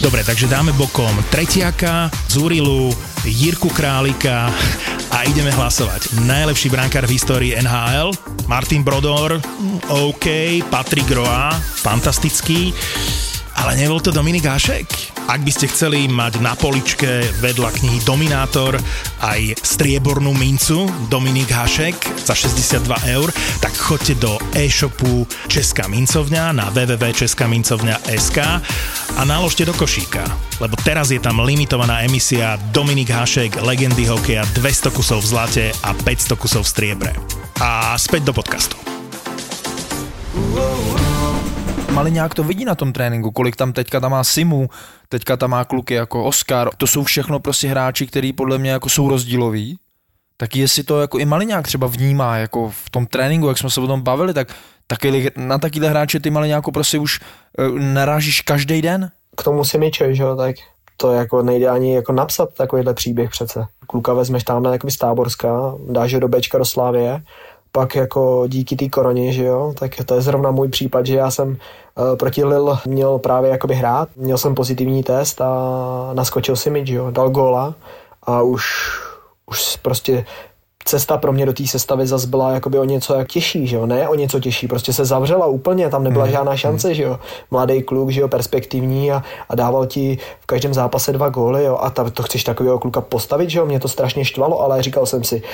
Dobre, takže dáme bokom Tretiaka, Zurilu, Jirku Králika a ideme hlasovať. Najlepší brankár v histórii NHL, Martin Brodor, OK, Patrick Roy, fantastický, ale nebol to Dominik Hašek? Ak by ste chceli mať na poličke vedľa knihy Dominátor aj striebornú mincu Dominik Hašek za 62 €, tak choďte do e-shopu Česká mincovňa na www.českamincovňa.sk a naložte do košíka, lebo teraz je tam limitovaná emisia Dominik Hašek, legendy hokeja, 200 kusov v zlate a 500 kusov v striebre. A späť do podcastu. Maliňák to vidí na tom tréninku, kolik tam teďka tam má Simu, teďka tam má kluky jako Oskar. To jsou všechno prostě hráči, který podle mě jako jsou rozdíloví. Tak jestli to jako i Maliňák třeba vnímá jako v tom tréninku, jak jsme se o tom bavili, tak na takýhle hráče ty Maliňáku prostě už narážíš každý den. K tomu Simičovi, že jo, tak to jako nejde ani jako napsat takovýhle příběh přece. Kluka vezmeš tamhle jakoby z Táborska, dáš ho do Bčka do Slávie, pak jako díky té koroně, že jo, tak to je zrovna můj případ, že já jsem proti Lille měl právě jakoby hrát, měl jsem pozitivní test a naskočil Simič, jo, dal góla a už prostě cesta pro mě do té sestavy zase byla jakoby o něco jak těžší, že jo, ne o něco těžší, prostě se zavřela úplně, tam nebyla žádná šance, že jo, mladý kluk, že jo, perspektivní a dával ti v každém zápase 2 góly, jo, a to chceš takového kluka postavit, že jo, mě to strašně štvalo, ale říkal jsem si,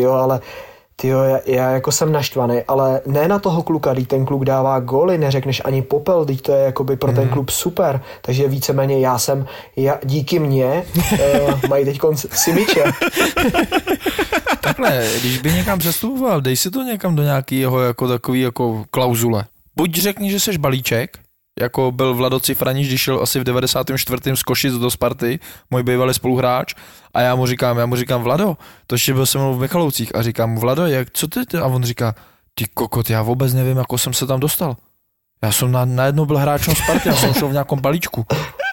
já jako jsem naštvaný, ale ne na toho kluka, když ten kluk dává góly, neřekneš ani popel, když to je jakoby pro ten klub super, takže víceméně díky mně mají teď Simiče. Takhle, když by někam přestupoval, dej si to někam do nějakého jako takový jako klauzule. Buď řekni, že seš balíček, jako byl Vlado Cifranič, když šel asi v 94. z Košic do Sparty, můj bývalý spoluhráč, a já mu říkám Vlado, to ještě byl se mnou v Michalovcích, a říkám mu Vlado, co ty? A on říká, ty kokot, já vůbec nevím, jako jsem se tam dostal. Já jsem najednou byl hráčem Sparty, já jsem šel v nějakom balíčku.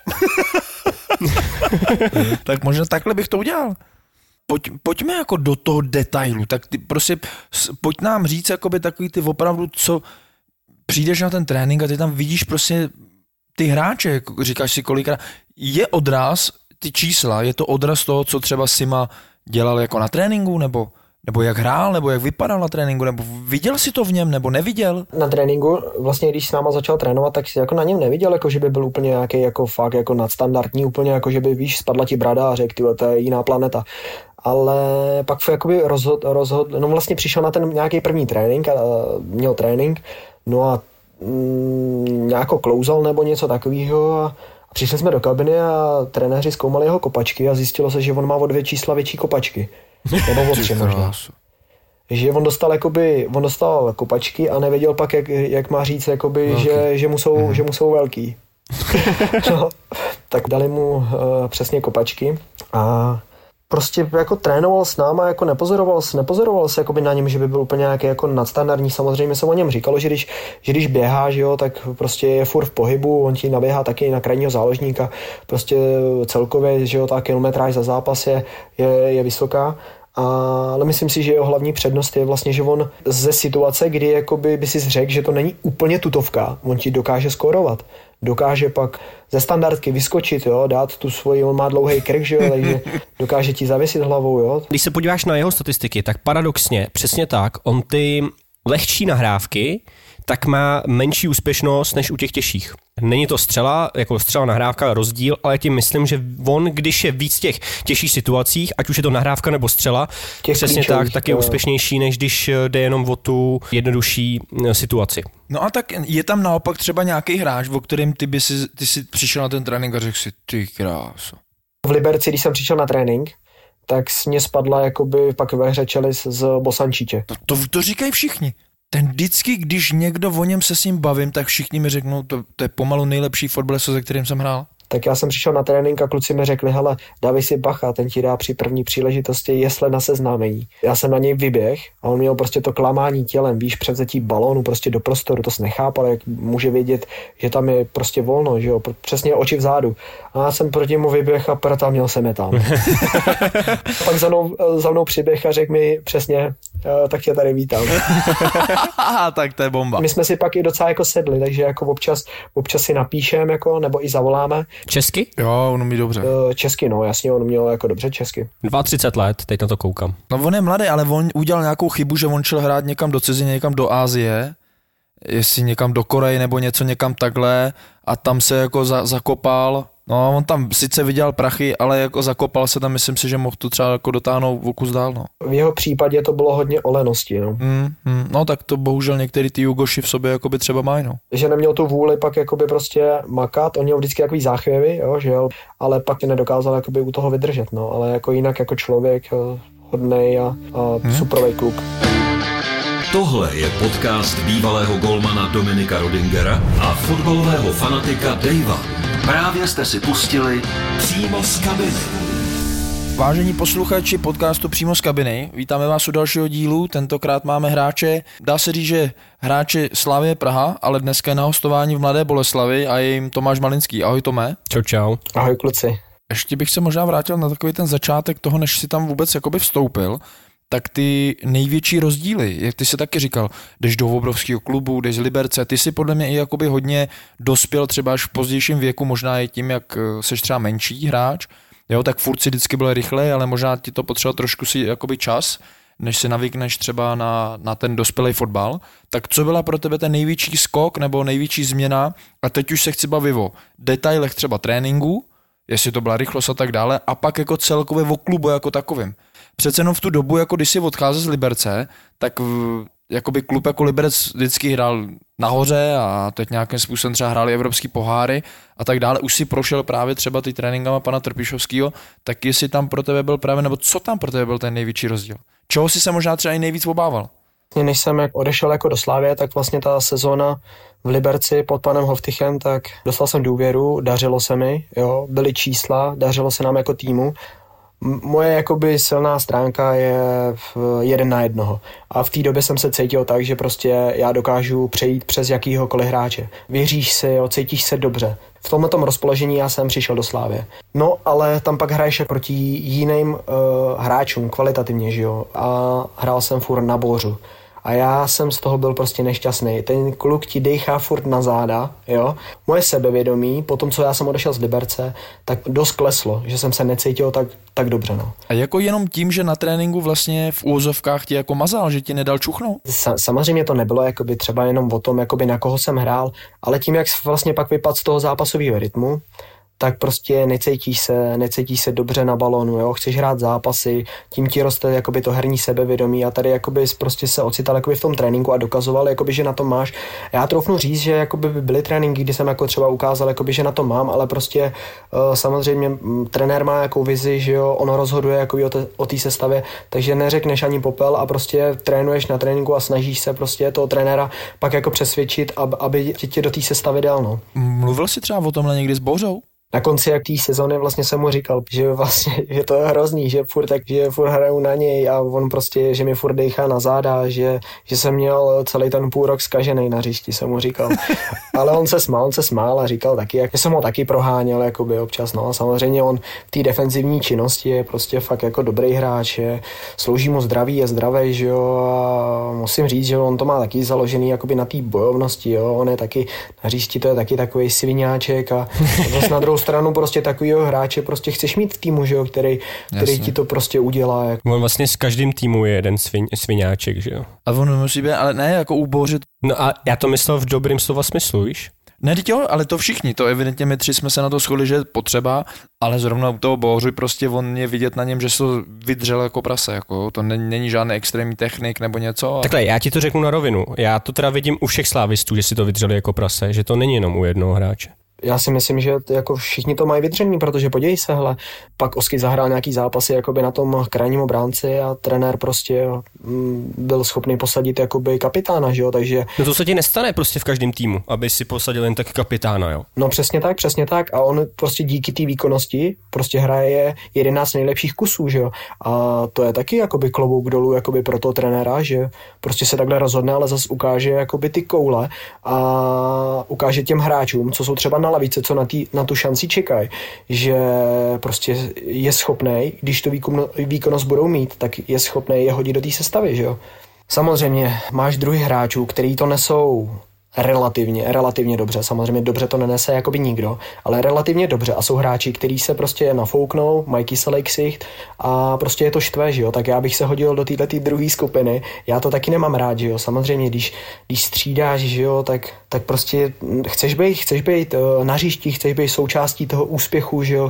Tak možná takhle bych to udělal. Pojďme jako do toho detailu, tak ty prostě pojď nám říct jakoby takový ty opravdu, co přijdeš na ten trénink a ty tam vidíš prostě ty hráče, říkáš si kolikrát, je odraz, ty čísla, je to odraz toho, co třeba Sima dělal jako na tréninku, nebo jak hrál, nebo jak vypadal na tréninku, nebo viděl si to v něm, nebo neviděl? Na tréninku, vlastně když s náma začal trénovat, tak jako na něm neviděl, jako že by byl úplně nějaký jako fakt jako nadstandardní, úplně jako že by, víš, spadla ti brada a řekl, tyhle, to je jiná planeta. Ale pak jakoby no vlastně přišel na ten nějaký první trénink a měl trénink, no a nějako klouzal nebo něco takového a přišli jsme do kabiny a trenéři zkoumali jeho kopačky a zjistilo se, že on má o 2 čísla větší kopačky. Nebo o 3 možná. Že on dostal kopačky a nevěděl pak, jak má říct, jakoby, že mu jsou velký. No, tak dali mu přesně kopačky a prostě jako trénoval s náma, jako nepozoroval se jakoby na něm, že by byl úplně nějaký jako nadstandardní. Samozřejmě se o něm říkalo, že když běhá, že jo, tak prostě je furt v pohybu, on ti naběhá taky na krajního záložníka, prostě celkově, že jo, ta kilometráž za zápas je vysoká. Ale myslím si, že jeho hlavní přednost je vlastně, že on ze situace, kdy jakoby by si řekl, že to není úplně tutovka, on ti dokáže skórovat. Dokáže pak ze standardky vyskočit, jo, dát tu svoji, on má dlouhý krk, že jo, takže dokáže ti zavěsit hlavou, jo. Když se podíváš na jeho statistiky, tak paradoxně, přesně tak, on ty lehčí nahrávky, tak má menší úspěšnost než u těch těžších. Není to střela, jako střela nahrávka rozdíl, ale tím myslím, že on, když je víc těch těžších situacích, ať už je to nahrávka nebo střela, přesně tak je úspěšnější, než když jde jenom o tu jednodušší situaci. No a tak je tam naopak třeba nějaký hráč, o kterém ty si přišel na ten trénink a řekl si, ty kráso. V Liberci, když jsem přišel na trénink, tak mě spadla jakoby pak ve hře čelis z Bosančíče. To říkají všichni. Ten vždycky, když někdo o něm se s ním bavím, tak všichni mi řeknou, to je pomalu nejlepší fotbalista, se kterým jsem hrál. Tak já jsem přišel na trénink a kluci mi řekli, hele, dávej si bacha, ten ti dá při první příležitosti jesle na seznámení. Já jsem na něj vyběh a on měl prostě to klamání tělem, víš, převzetí balónu prostě do prostoru, to jsi nechápal, jak může vědět, že tam je prostě volno, že jo, přesně oči vzadu. A já jsem proti mu vyběh a protáměl se mě tam. Pak za mnou přiběh a řekl mi přesně, tak tě tady vítám. Tak to je bomba. My jsme si pak i docela jako sedli, takže jako občas si napíšem, jako, nebo i zavoláme, Česky? Jo, on umí dobře. Česky, no jasně, on měl jako dobře česky. 32 let, teď na to koukám. No on je mladý, ale on udělal nějakou chybu, že on šel hrát někam do ciziny, někam do Asie, jestli někam do Koreje nebo něco někam takhle a tam se jako zakopal. No, on tam sice viděl prachy, ale jako zakopal se tam, myslím si, že mohl to třeba jako dotáhnout o kus dál, no. V jeho případě to bylo hodně o lenosti, no. No, tak to bohužel některý ty Jugoši v sobě jakoby třeba mají, no. Že neměl tu vůli pak jakoby prostě makat, on měl vždycky takový záchvěvy, jo, že jo, ale pak nedokázal jakoby u toho vydržet, no, ale jako jinak jako člověk hodnej a superový kluk. Tohle je podcast bývalého golmana Dominika Rodingera a fotbalového fanatika Davea. Právě jste si pustili Přímo z kabiny. Vážení posluchači podcastu Přímo z kabiny, vítáme vás u dalšího dílu, tentokrát máme hráče, dá se říct, že hráče Slavie Praha, ale dneska je na hostování v Mladé Boleslavi a je jim Tomáš Malinský. Ahoj Tome. Čau. Ahoj kluci. Ještě bych se možná vrátil na takový ten začátek toho, než si tam vůbec jakoby vstoupil, tak ty největší rozdíly, jak ty jsi taky říkal, jdeš do obrovského klubu, jdeš z Liberce, ty si podle mě i jakoby hodně dospěl třeba až v pozdějším věku, možná i tím, jak seš třeba menší hráč, jo, tak furt si vždycky byl rychlej, ale možná ti to potřeba trošku si jakoby čas, než si navykneš třeba na ten dospělý fotbal. Tak co byla pro tebe ten největší skok nebo největší změna? A teď už se chci bavit o detailech třeba tréninku, jestli to byla rychlost a tak dále, a pak jako celkově o klubu jako takovým. Přece jenom v tu dobu, jako když si odcházel z Liberce, tak jakoby klub jako Liberec vždycky hrál nahoře a teď nějakým způsobem třeba hráli evropský poháry a tak dále. Už si prošel právě třeba ty tréninkama pana Trpišovského, tak jestli tam pro tebe byl právě, nebo co tam pro tebe byl ten největší rozdíl? Čeho si se možná třeba i nejvíc obával? Než jsem odešel jako do Slavie, tak vlastně ta sezóna v Liberci pod panem Hoftychem, tak dostal jsem důvěru, dařilo se mi, jo, byly čísla, dařilo se nám jako týmu. Moje jakoby silná stránka je 1 na 1. A v té době jsem se cítil tak, že prostě já dokážu přejít přes jakýhokoliv hráče. Věříš si, jo, cítíš se dobře. V tomhletom rozpoložení já jsem přišel do Slávie. No, ale tam pak hraješ proti jiným hráčům kvalitativně, že jo. A hrál jsem furt na bóřu. A já jsem z toho byl prostě nešťastný. Ten kluk ti dejchá furt na záda, jo. Moje sebevědomí, po tom, co já jsem odešel z Liberce, tak dost kleslo, že jsem se necítil tak dobře, no. A jako jenom tím, že na tréninku vlastně v úvozovkách ti jako mazal, že ti nedal čuchnout? Samozřejmě to nebylo jakoby třeba jenom o tom, jakoby na koho jsem hrál, ale tím, jak vlastně pak vypadl z toho zápasového rytmu, tak prostě necítíš se dobře na balónu, jo, chceš hrát zápasy, tím ti roste jakoby to herní sebevědomí a tady jakoby prostě se ocital jakoby v tom tréninku a dokazoval, jakoby, že na to máš. Já troufnu říct, že jakoby byly tréninky, kdy jsem jako třeba ukázal, jakoby, že na to mám, ale prostě samozřejmě trenér má jakou vizi, že jo, on rozhoduje jakoby o té sestavě, takže neřekneš ani popel a prostě trénuješ na tréninku a snažíš se prostě toho trenéra pak jako přesvědčit, aby tě do té sestavy dal, no. Mluvil jsi třeba o tomhle někdy s Bořou? Na konci jak té sezóny vlastně jsem mu říkal, že vlastně, že to je hrozný, že furt hraju na něj a on prostě, že mi furt dejchá na záda, že jsem měl celý ten půl rok zkažený na hřišti, jsem mu říkal. Ale on se smál a říkal taky, že jsem ho taky proháněl jakoby občas, no a samozřejmě on v té defenzivní činnosti je prostě fakt jako dobrý hráč, je, slouží mu zdraví, je zdravý, že jo, a musím říct, že on to má taky založený jakoby na té bojovnosti, jo, on je taky na hřišti, to je taky takovej sviňáček a zase na druhou stranu prostě takovýho hráče prostě chceš mít v týmu, že jo, který ti to prostě udělá. On vlastně s každým týmu je jeden sviňáček, že jo. A on musí být, ale ne jako ubořit. No a já to myslel v dobrým slova smyslu, víš? Ne, jo, ale to všichni, to evidentně my tři jsme se na to shodli, že je potřeba, ale zrovna u toho Boři prostě on je vidět na něm, že se to vydřel jako prase, jako to není žádný extrémní technik nebo něco. Takhle, já ti to řeknu na rovinu, já to teda vidím u všech slávistů, že si to vydřeli jako prase, že to není jenom u jednoho hráče. Já si myslím, že jako všichni to mají vydřený, protože podívej se, hele, pak Osky zahrál nějaký zápasy jakoby na tom krajním obránci a trenér prostě byl schopný posadit jakoby kapitána, že jo, takže... No to se ti nestane prostě v každém týmu, aby si posadil jen tak kapitána, jo. No přesně tak a on prostě díky té výkonnosti prostě hraje 11 nejlepších kusů, že jo, a to je taky jakoby klobouk dolů jakoby pro toho trenéra, že prostě se takhle rozhodne, ale zase ukáže jakoby ty koule a ukáže těm hráčům, co jsou třeba na lavice, co na tu šanci čekají, že prostě je schopnej, když tu výkonnost budou mít, tak je schopnej je hodit do té sestavy, že jo. Samozřejmě máš druhý hráčů, který to nesou relativně dobře. Samozřejmě dobře to nenese jakoby nikdo, ale relativně dobře a jsou hráči, kteří se prostě nafouknou, mají kyselý ksicht a prostě je to štve, že jo, tak já bych se hodil do této druhé skupiny. Já to taky nemám rád, že jo, samozřejmě, když střídáš, že jo, tak prostě chceš být na hřišti, chceš být součástí toho úspěchu, že jo,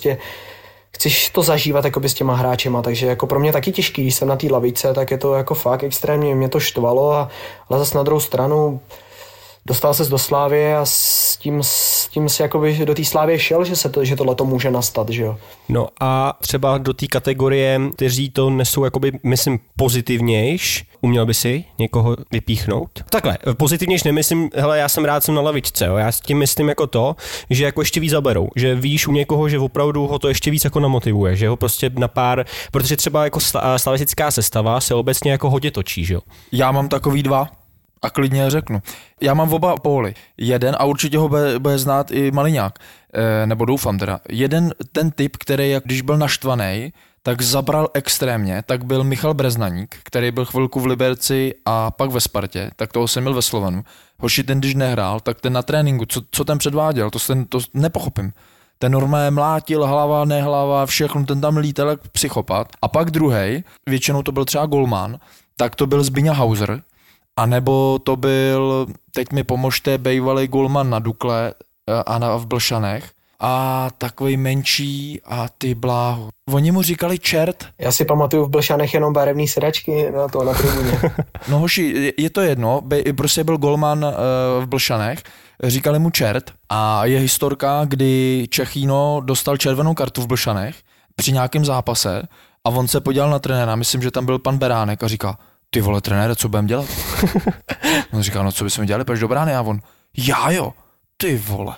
chceš to zažívat jakoby s těma hráčema, takže jako pro mě taky těžký, když jsem na té lavice, tak je to jako fakt extrémně, mě to štvalo, ale zase na druhou stranu dostal ses do Slávie a s tím si jakoby do té Slávie šel, že tohle to může nastat, že jo. No a třeba do té kategorie, kteří to nesou jakoby, myslím, pozitivnějš, uměl by si někoho vypíchnout? Takhle, pozitivnějš nemyslím, hele, já jsem rád, jsem na lavičce, jo. Já s tím myslím jako to, že jako ještě víc zaberou, že víš u někoho, že opravdu ho to ještě víc jako namotivuje, že ho prostě na pár, protože třeba jako slavistická sestava se obecně jako hodně točí, že jo. Já mám takový 2. A klidně řeknu. Já mám oba póly. Jeden, a určitě ho bude znát i Maliňák, nebo doufám teda. Jeden ten typ, který když byl naštvaný, tak zabral extrémně, tak byl Michal Breznaník, který byl chvilku v Liberci a pak ve Spartě, tak toho jsem měl ve Slovanu. Hoši ten, když nehrál, tak ten na tréninku, co ten předváděl, to nepochopím. Ten normálně mlátil, hlava, nehlava, všechno, ten tam lítal jak psychopat. A pak druhej, většinou to byl třeba golman, tak to byl Zbyňa Hauser, a nebo to byl, teď mi pomožte, bývalý golman na Dukle a v Blšanech a takovej menší a ty bláho. Oni mu říkali čert. Já si pamatuju v Blšanech jenom barevný sedačky na tribuně. No hoši, je to jedno, prostě byl golman v Blšanech, říkali mu čert a je historka, kdy Čechino dostal červenou kartu v Blšanech při nějakém zápase a on se podíval na trenéra, myslím, že tam byl pan Beránek a říká: ty vole, trenére, co budem dělat? On říkal, no co bychom dělali, pojď do brány, a on, já jo, ty vole.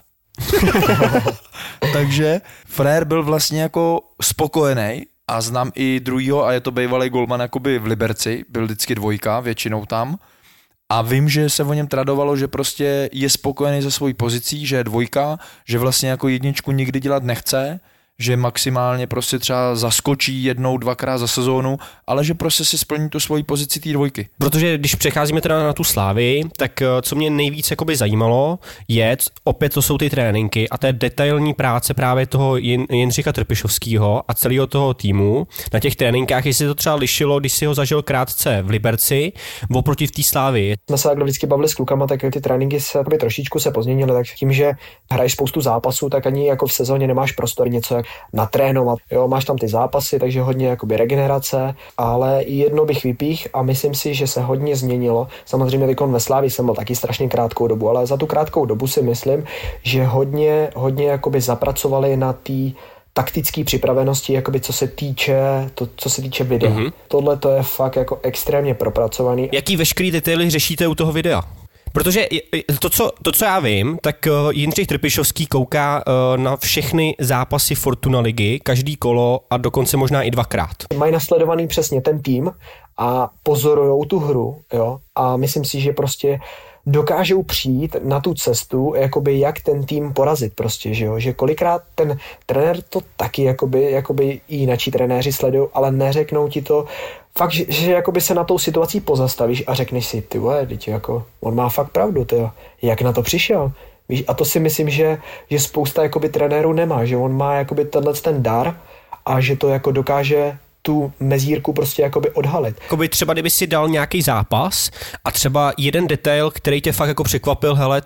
Takže frér byl vlastně jako spokojený a znám i druhýho a je to bývalý golman jakoby v Liberci, byl vždycky 2, většinou tam. A vím, že se o něm tradovalo, že prostě je spokojený se svojí pozicí, že je 2, že vlastně jako 1 nikdy dělat nechce, že maximálně prostě třeba zaskočí 1, 2krát za sezónu, ale že prostě si splní tu svoji pozici té 2. Protože když přecházíme teda na tu Slávii, tak co mě nejvíc jakoby zajímalo je, opět to jsou ty tréninky a té detailní práce právě toho Jindřicha Trpišovského a celého toho týmu na těch tréninkách, jestli to třeba lišilo, když si ho zažil krátce v Liberci, oproti v té Slávii. Jsme se takhle vždycky bavili s klukama, tak ty tréninky se trošičku se pozměnily, tak tím, že hraješ spoustu zápasů, tak ani jako v sezóně nemáš prostor něco jak natrénovat. Jo, máš tam ty zápasy, takže hodně jakoby regenerace, ale jedno bych vypích a myslím si, že se hodně změnilo. Samozřejmě výkon ve Slávii jsem byl taky strašně krátkou dobu, ale za tu krátkou dobu si myslím, že hodně jakoby zapracovali na té taktické připravenosti, jakoby co se týče videa. Mm-hmm. Tohle to je fakt jako extrémně propracovaný. Jaký veškerý detaily řešíte u toho videa? Protože to, co já vím, tak Jindřich Trpišovský kouká na všechny zápasy Fortuna ligy, každý kolo a dokonce možná i 2krát. Mají nasledovaný přesně ten tým a pozorujou tu hru, jo, a myslím si, že prostě dokážou přijít na tu cestu, jakoby jak ten tým porazit prostě, že jo, že kolikrát ten trenér to taky jakoby i jináčí trenéři sledují, ale neřeknou ti to fakt, že jakoby se na tou situací pozastavíš a řekneš si, ty vole, jako, on má fakt pravdu, tyjo, jak na to přišel, víš, a to si myslím, že spousta jakoby trenérů nemá, že on má jakoby ten dar a že to jako dokáže tu mezírku prostě jakoby odhalit. Jakoby třeba kdyby si dal nějaký zápas a třeba jeden detail, který tě fakt jako překvapil, hele,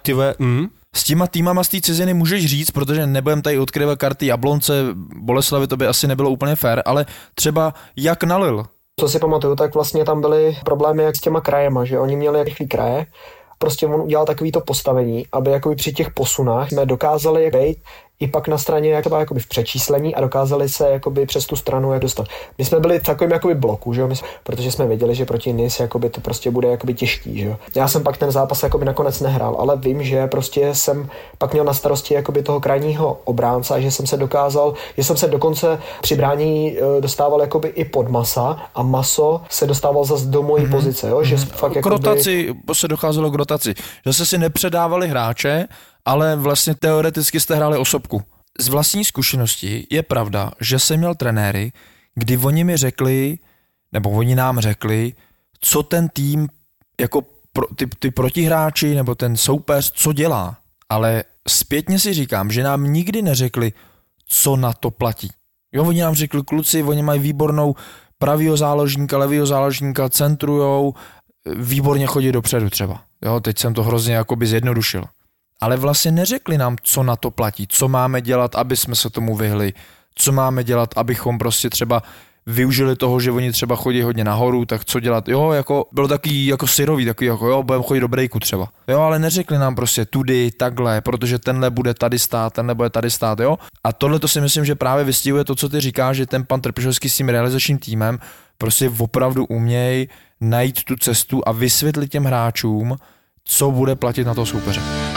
S těma týmama z té ciziny můžeš říct, protože nebudem tady odkryvat karty Jablonce, Boleslavy, to by asi nebylo úplně fair, ale třeba jak nalil. Co si pamatuju, tak vlastně tam byly problémy jak s těma krajema, že oni měli rychlý kraje, prostě on udělal takovýto postavení, aby jakoby při těch posunách jsme dokázali být i pak na straně jakoby v přečíslení a dokázali se jakoby přes tu stranu jak dostat. My jsme byli v takovém jakoby bloku, že jo, protože jsme věděli, že proti NIS jakoby to prostě bude jakoby těžký, že jo. Já jsem pak ten zápas jakoby nakonec nehrál, ale vím, že prostě jsem pak měl na starosti jakoby toho krajního obránce, že jsem se dokonce při brání dostával jakoby i pod Masa a Maso se dostával zase do mojí pozice, jo, že fakt jakoby... K rotaci se docházelo k rotaci, že se si nepředávali hráče, ale vlastně teoreticky jste hráli osobku. Z vlastní zkušenosti je pravda, že jsem měl trenéry, kdy oni mi řekli, nebo oni nám řekli, co ten tým jako ty protihráči nebo ten soupeř, co dělá. Ale zpětně si říkám, že nám nikdy neřekli, co na to platí. Jo, oni nám řekli, kluci, oni mají výbornou pravýho záložníka, levýho záložníka, centrujou, výborně chodí dopředu třeba. Jo, teď jsem to hrozně jakoby zjednodušil. Ale vlastně neřekli nám, co na to platí, co máme dělat, aby jsme se tomu vyhli, co máme dělat, abychom prostě třeba využili toho, že oni třeba chodí hodně nahoru, tak co dělat, jo, jako bylo takový jako syrový, takový jako jo, budeme chodit do breaku třeba, jo, ale neřekli nám prostě tudy, takhle, protože tenhle bude tady stát, tenhle bude tady stát, jo, a tohle to si myslím, že právě vystihuje to, co ty říkáš, že ten pan Trpišovský s tím realizačním týmem prostě opravdu umějí najít tu cestu a vysvětlit těm hráčům, co bude platit na toho soupeře.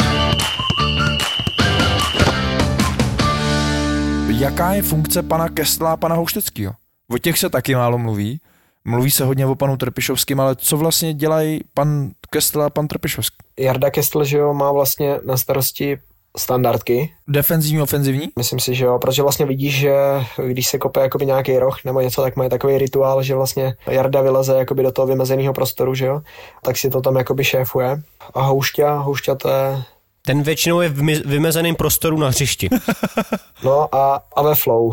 Jaká je funkce pana Kestla a pana Houšteckýho? O těch se taky málo mluví. Mluví se hodně o panu Trpišovském, ale co vlastně dělají pan Kestl a pan Trpišovský? Jarda Kestl, že jo, má vlastně na starosti standardky. Defenzivní, ofenzivní? Myslím si, že jo, protože vlastně vidíš, že když se kope jakoby nějaký roh nebo něco, tak mají takový rituál, že vlastně Jarda vyleze jakoby do toho vymezeného prostoru, že jo, tak si to tam jakoby šéfuje. A Houšťa to je... Ten většinou je v vymezeném prostoru na hřišti. No a ve flow.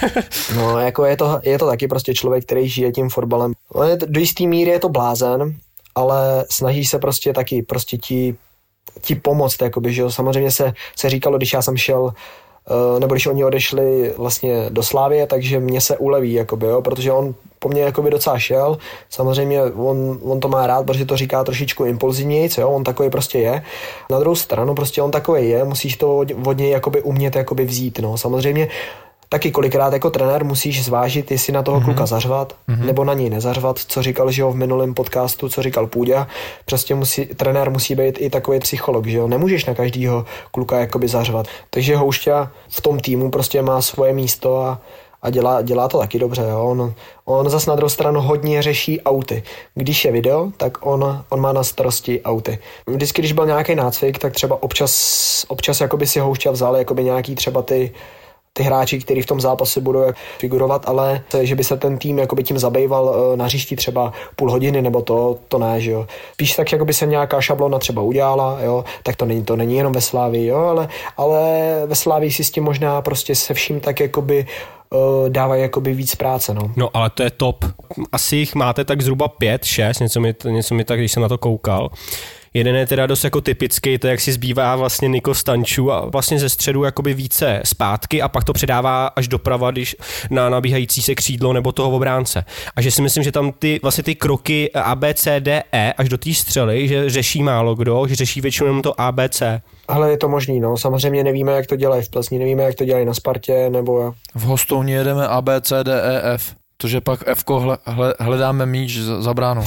No, jako je to taky prostě člověk, který žije tím fotbalem. Do jistý míry je to blázen, ale snaží se prostě taky prostě ti pomoct, jakoby, že jo. Samozřejmě se říkalo, když já jsem šel, nebo když oni odešli vlastně do Slávie, takže mě se uleví, jakoby, jo, protože on po mně jakoby docela šel. Samozřejmě on to má rád, protože to říká trošičku impulzivnějc, jo, on takový prostě je. Na druhou stranu prostě on takový je, musíš to od něj jakoby umět jakoby vzít, no. Samozřejmě taky kolikrát jako trenér musíš zvážit, jestli na toho kluka zařvat, nebo na něj nezařvat, co říkal, že jo, v minulém podcastu, co říkal Půďa. Prostě trenér musí být i takový psycholog, že jo, nemůžeš na každýho kluka jakoby zařvat. Takže Houšťa v tom týmu prostě má svoje místo a dělá to taky dobře, jo. On zas na druhou stranu hodně řeší auty. Když je video, tak on má na starosti auty. Vždycky, když byl nějaký nácvik, tak třeba občas jakoby si Houšťa vzal jakoby nějaký třeba ty hráči, kteří v tom zápase budou figurovat, ale že by se ten tým jakoby tím zabýval na hřišti třeba půl hodiny, nebo to ne, že jo. Spíš tak, jakoby se nějaká šablona třeba udělala, jo, tak to není jenom ve Slávii, jo, ale ve Slávii si s tím možná prostě se vším tak jakoby dávají jakoby víc práce, no. No, ale to je top. Asi jich máte tak zhruba 5, 6, něco mi tak, když jsem na to koukal. Jeden je teda dost jako typický, to jak si zbývá vlastně Niko Stančů a vlastně ze středu jakoby více zpátky a pak to předává až doprava, když na nabíhající se křídlo nebo toho obránce. A že si myslím, že tam ty kroky A, B, C, D, E až do té střely, že řeší málo kdo, že řeší většinou jenom to A, B, C. Ale je to možný, no. Samozřejmě nevíme, jak to dělají v Plzni, nevíme, jak to dělají na Spartě, nebo... V Hostouně jedeme A, B, C, D, E, F. Tože pak F-ko hledáme míč za bránou.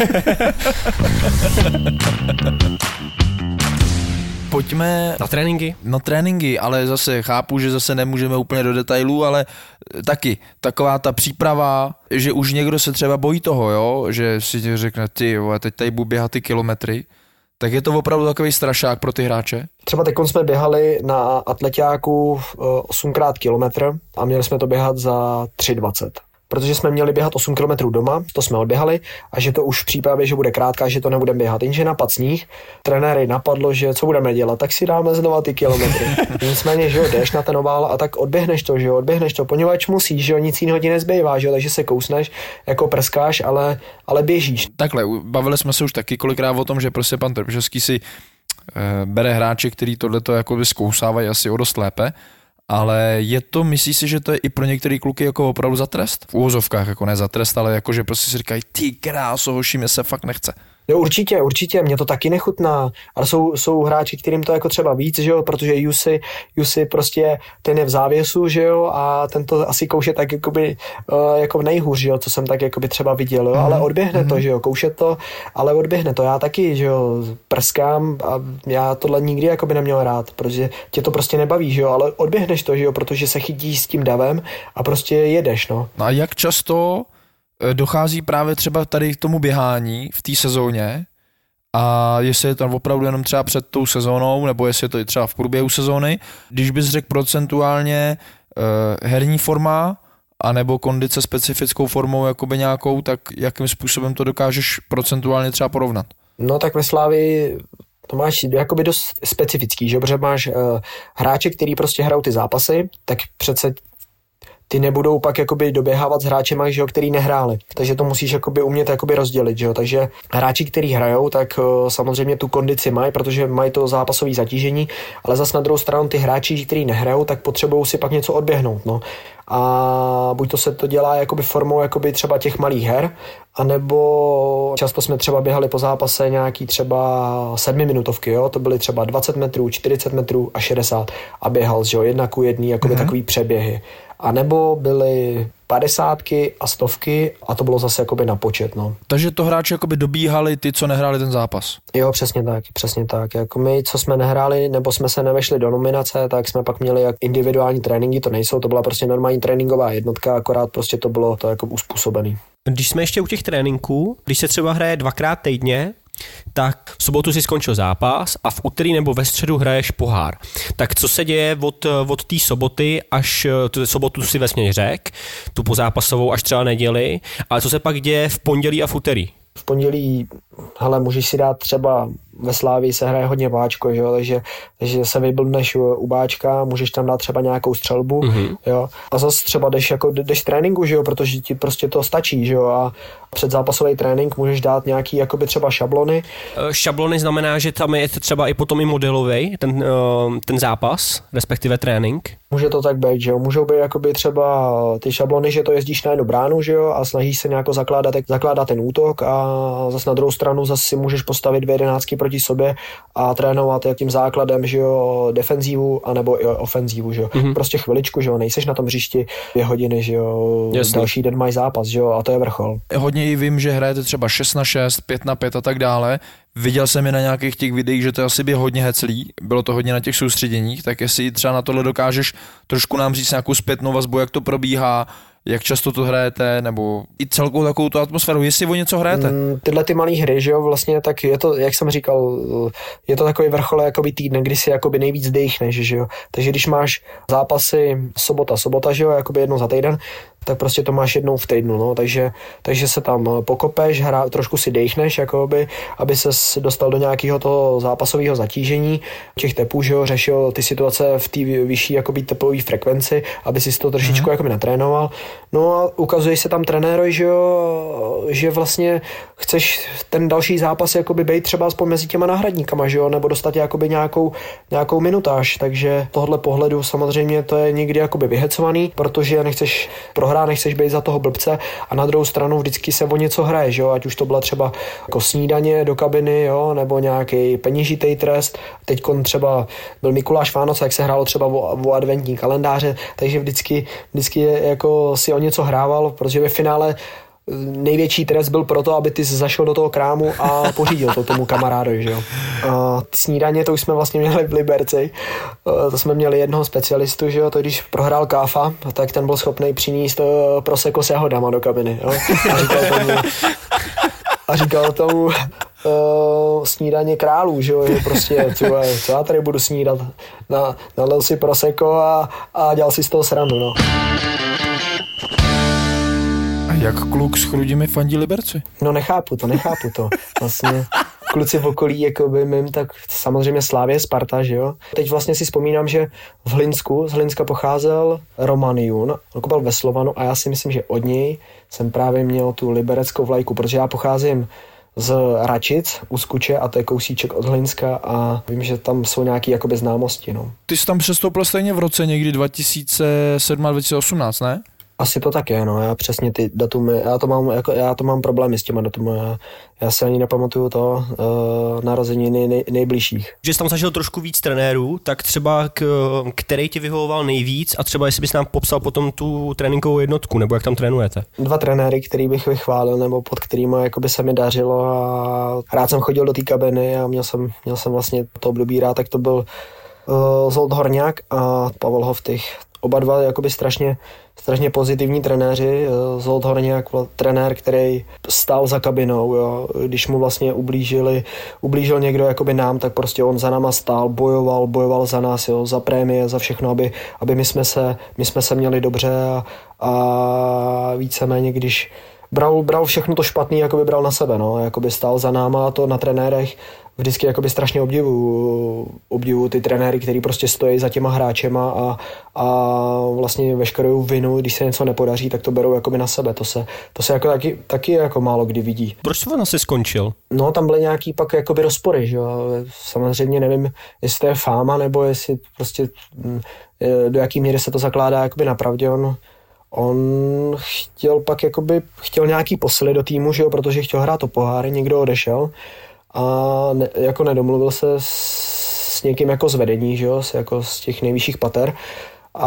Pojďme na tréninky, ale zase chápu, že zase nemůžeme úplně do detailů, ale taky taková ta příprava, že už někdo se třeba bojí toho, jo, že si řekne, ty teď tady budu běhat ty kilometry, tak je to opravdu takový strašák pro ty hráče? Třeba teď jsme běhali na atleťáku 8x kilometr a měli jsme to běhat za 3:20. Protože jsme měli běhat 8 km doma, to jsme odběhali a že to už v přípravě, že bude krátká, že to nebudeme běhat. Jenže napad sníh, trenéry napadlo, že co budeme dělat, tak si dáme znova ty kilometry. Nicméně, že jo, jdeš na ten ovál a tak odběhneš to, poněvadž musíš, že jo, nic jiného ti nezbývá, že jo, takže se kousneš, jako prskáš, ale běžíš. Takhle, bavili jsme se už taky kolikrát o tom, že prostě pan Trpišovský si bere hráče, který tohleto jakoby zkousávají asi o dost lépe. Ale myslíš si, že to je i pro některé kluky jako opravdu za trest? V úvozovkách, jako ne za trest, ale jako, že prostě si říkají, ty kráso, hoši, mě se fakt nechce. Jo, určitě, mě to taky nechutná, ale jsou hráči, kterým to jako třeba víc, že jo, protože Jussi prostě ten je v závěsu, že jo, a ten to asi kouše tak jakoby, jako nejhůř, že jo, co jsem tak jakoby třeba viděl, jo, ale odběhne to, že jo, kouše to, ale odběhne to, já taky, že jo, prskám a já tohle nikdy jakoby neměl rád, protože tě to prostě nebaví, že jo, ale odběhneš to, že jo, protože se chytíš s tím davem a prostě jedeš, no. No a jak často dochází právě třeba tady k tomu běhání v té sezóně a jestli je to opravdu jenom třeba před tou sezónou, nebo jestli je to i třeba v průběhu sezóny, když bys řekl procentuálně herní forma anebo kondice specifickou formou jakoby nějakou, tak jakým způsobem to dokážeš procentuálně třeba porovnat? No tak ve Slávii to máš jakoby dost specifický, že? Protože máš hráče, který prostě hrajou ty zápasy, tak přece ty nebudou pak jakoby doběhávat s hráčema, že jo, který nehráli. Takže to musíš jakoby umět jakoby rozdělit, že jo. Takže hráči, kteří hrajou, tak samozřejmě tu kondici mají, protože mají to zápasové zatížení, ale zas na druhou stranu ty hráči, kteří nehrajou, tak potřebují si pak něco odběhnout, no. A buď to se to dělá jakoby formou jakoby třeba těch malých her, anebo často jsme třeba běhali po zápase nějaký třeba 7minutovky, jo, to byly třeba 20 metrů, 40 metrů a 60 a běhal, že jo, 1:1, jakoby takový přeběhy. A nebo byly 50 a 100 a to bylo zase jakoby na počet, no. Takže to hráči jakoby dobíhali ty, co nehráli ten zápas. Jo, přesně tak. Jako my, co jsme nehráli, nebo jsme se nevešli do nominace, tak jsme pak měli jak individuální tréninky, to nejsou, to byla prostě normální tréninková jednotka, akorát prostě to bylo to jako uspůsobený. Když jsme ještě u těch tréninků, když se třeba hraje 2x týdně, tak v sobotu si skončil zápas a v úterý nebo ve středu hraješ pohár. Tak co se děje od té soboty až tu sobotu si vesměs řek, tu pozápasovou až třeba neděli, ale co se pak děje v pondělí a v úterý? V pondělí, hele, můžeš si dát třeba ve Slávii se hraje hodně báčko, že jo, takže se vyblbneš u báčka, můžeš tam dát třeba nějakou střelbu, jo, a zase třeba jdeš tréninku, že jo, protože ti prostě to stačí, že jo, a před zápasový trénink můžeš dát nějaký jakoby třeba šablony. Šablony znamená, že tam je třeba i potom i modelový ten zápas, respektive trénink? Může to tak být, že jo, můžou být jakoby třeba ty šablony, že to jezdíš na jednu bránu, že jo, a snažíš se nějak zakládat ten útok a zase na druhou stranu zase si můžeš postavit 2 jedenáctky proti sobě a trénovat tím základem, že jo, defenzívu anebo i ofenzívu, že jo. Prostě chviličku, že jo, nejseš na tom hřišti 2 hodiny, že jo. Jasný. Další den mají zápas, že jo, a to je vrchol. Hodně i vím, že hrajete třeba 6x6, 5x5 a tak dále. Viděl jsem je na nějakých těch videích, že to asi by hodně heclí, bylo to hodně na těch soustředěních, tak jestli třeba na tohle dokážeš trošku nám říct nějakou zpětnou vazbu, jak to probíhá, jak často to hrajete, nebo i celkou takovou tu atmosféru, jestli o něco hrajete? Tyhle ty malé hry, že jo, vlastně tak je to, jak jsem říkal, je to takový vrchol jakoby týdne, kdy si jakoby nejvíc dechneš, že jo. Takže když máš zápasy sobota, že jo, jakoby jednou za týden, tak prostě to máš jednou v týdnu, no, takže se tam pokopeš, trošku si dechneš, jakoby, aby ses dostal do nějakého toho zápasového zatížení, těch tepů, že jo, řešil ty situace v té vyšší jakoby teplové frekvenci, aby si to trošičku jakoby natrénoval. No a ukazuje se tam trenérovi, že jo, že vlastně chceš ten další zápas jakoby být třeba aspoň mezi těma náhradníkama, že jo, nebo dostat jakoby nějakou minutáž, takže tohle pohledu samozřejmě to je někdy jakoby vyhecovaný, protože nechceš prohrát, nechceš být za toho blbce a na druhou stranu vždycky se o něco hraje, že jo, ať už to byla třeba jako snídaně do kabiny, jo, nebo nějaký peněžitý trest. Teďkon třeba byl Mikuláš Vánoce, jak se hrálo třeba o adventní kalendáře, takže vždycky jako si o něco hrával, protože ve finále největší trest byl proto, aby ty zašel do toho krámu a pořídil to tomu kamarádovi, že jo. A snídaně to už jsme vlastně měli v Liberci, to jsme měli jednoho specialistu, že jo, to když prohrál Káfa, tak ten byl schopný přinést prosecco s jahodama do kabiny, jo. A říkal tomu snídaně králů, že jo, prostě, co já tady budu snídat, nalil si prosecco a dělal si z toho srandu, no. Jak kluk s chrudimi fandí Liberci? No nechápu to. Vlastně kluci v okolí, jakoby mým, tak samozřejmě Slávě, Sparta, že jo. Teď vlastně si vzpomínám, že z Hlinska pocházel Roman Jun, on kopal ve Slovanu a já si myslím, že od něj jsem právě měl tu libereckou vlajku, protože já pocházím z Račic u Skuče a to je kousíček od Hlinska a vím, že tam jsou nějaké jakoby známosti, no. Ty jsi tam přestoupil stejně v roce někdy 2017 a 2018, ne? Asi to tak je, no, já přesně ty datumy, já to mám problémy s těma datumy, já si ani nepamatuju to narození nejbližších. Že jsi tam zažil trošku víc trenérů, tak třeba který ti vyhovoval nejvíc a třeba jestli bys nám popsal potom tu tréninkovou jednotku, nebo jak tam trénujete? 2 trenéry, který bych vychválil, nebo pod kterými jakoby se mi dařilo a rád jsem chodil do té kabiny a měl jsem vlastně to období rád, tak to byl Zsolt Horňák a Pavel Hoftych. Oba dva jakoby strašně pozitivní trenéři. Zsolt Horňák byl trenér, který stál za kabinou, jo. Když mu vlastně ublížil někdo jakoby nám, tak prostě on za náma stál, bojoval za nás, jo, za prémie, za všechno, aby my jsme se měli dobře a víceméně, když bral všechno to špatný, jakoby bral na sebe, no, jakoby stál za náma, to na trenérech vždycky jakoby strašně obdivu ty trenéry, který prostě stojí za těma hráčema a vlastně veškerou vinu, když se něco nepodaří, tak to berou jakoby na sebe, to se jako taky jako málo kdy vidí. Proč jsi vlastně skončil? No, tam byly nějaký pak jakoby rozpory, že jo, samozřejmě nevím, jestli to je fáma, nebo jestli prostě do jaký míry se to zakládá jakoby na pravdě, on chtěl pak jakoby, nějaký posily do týmu, že jo, protože chtěl hrát o poháry, někdo odešel a jako nedomluvil se s někým jako z vedení, že jo, jako z těch nejvyšších pater a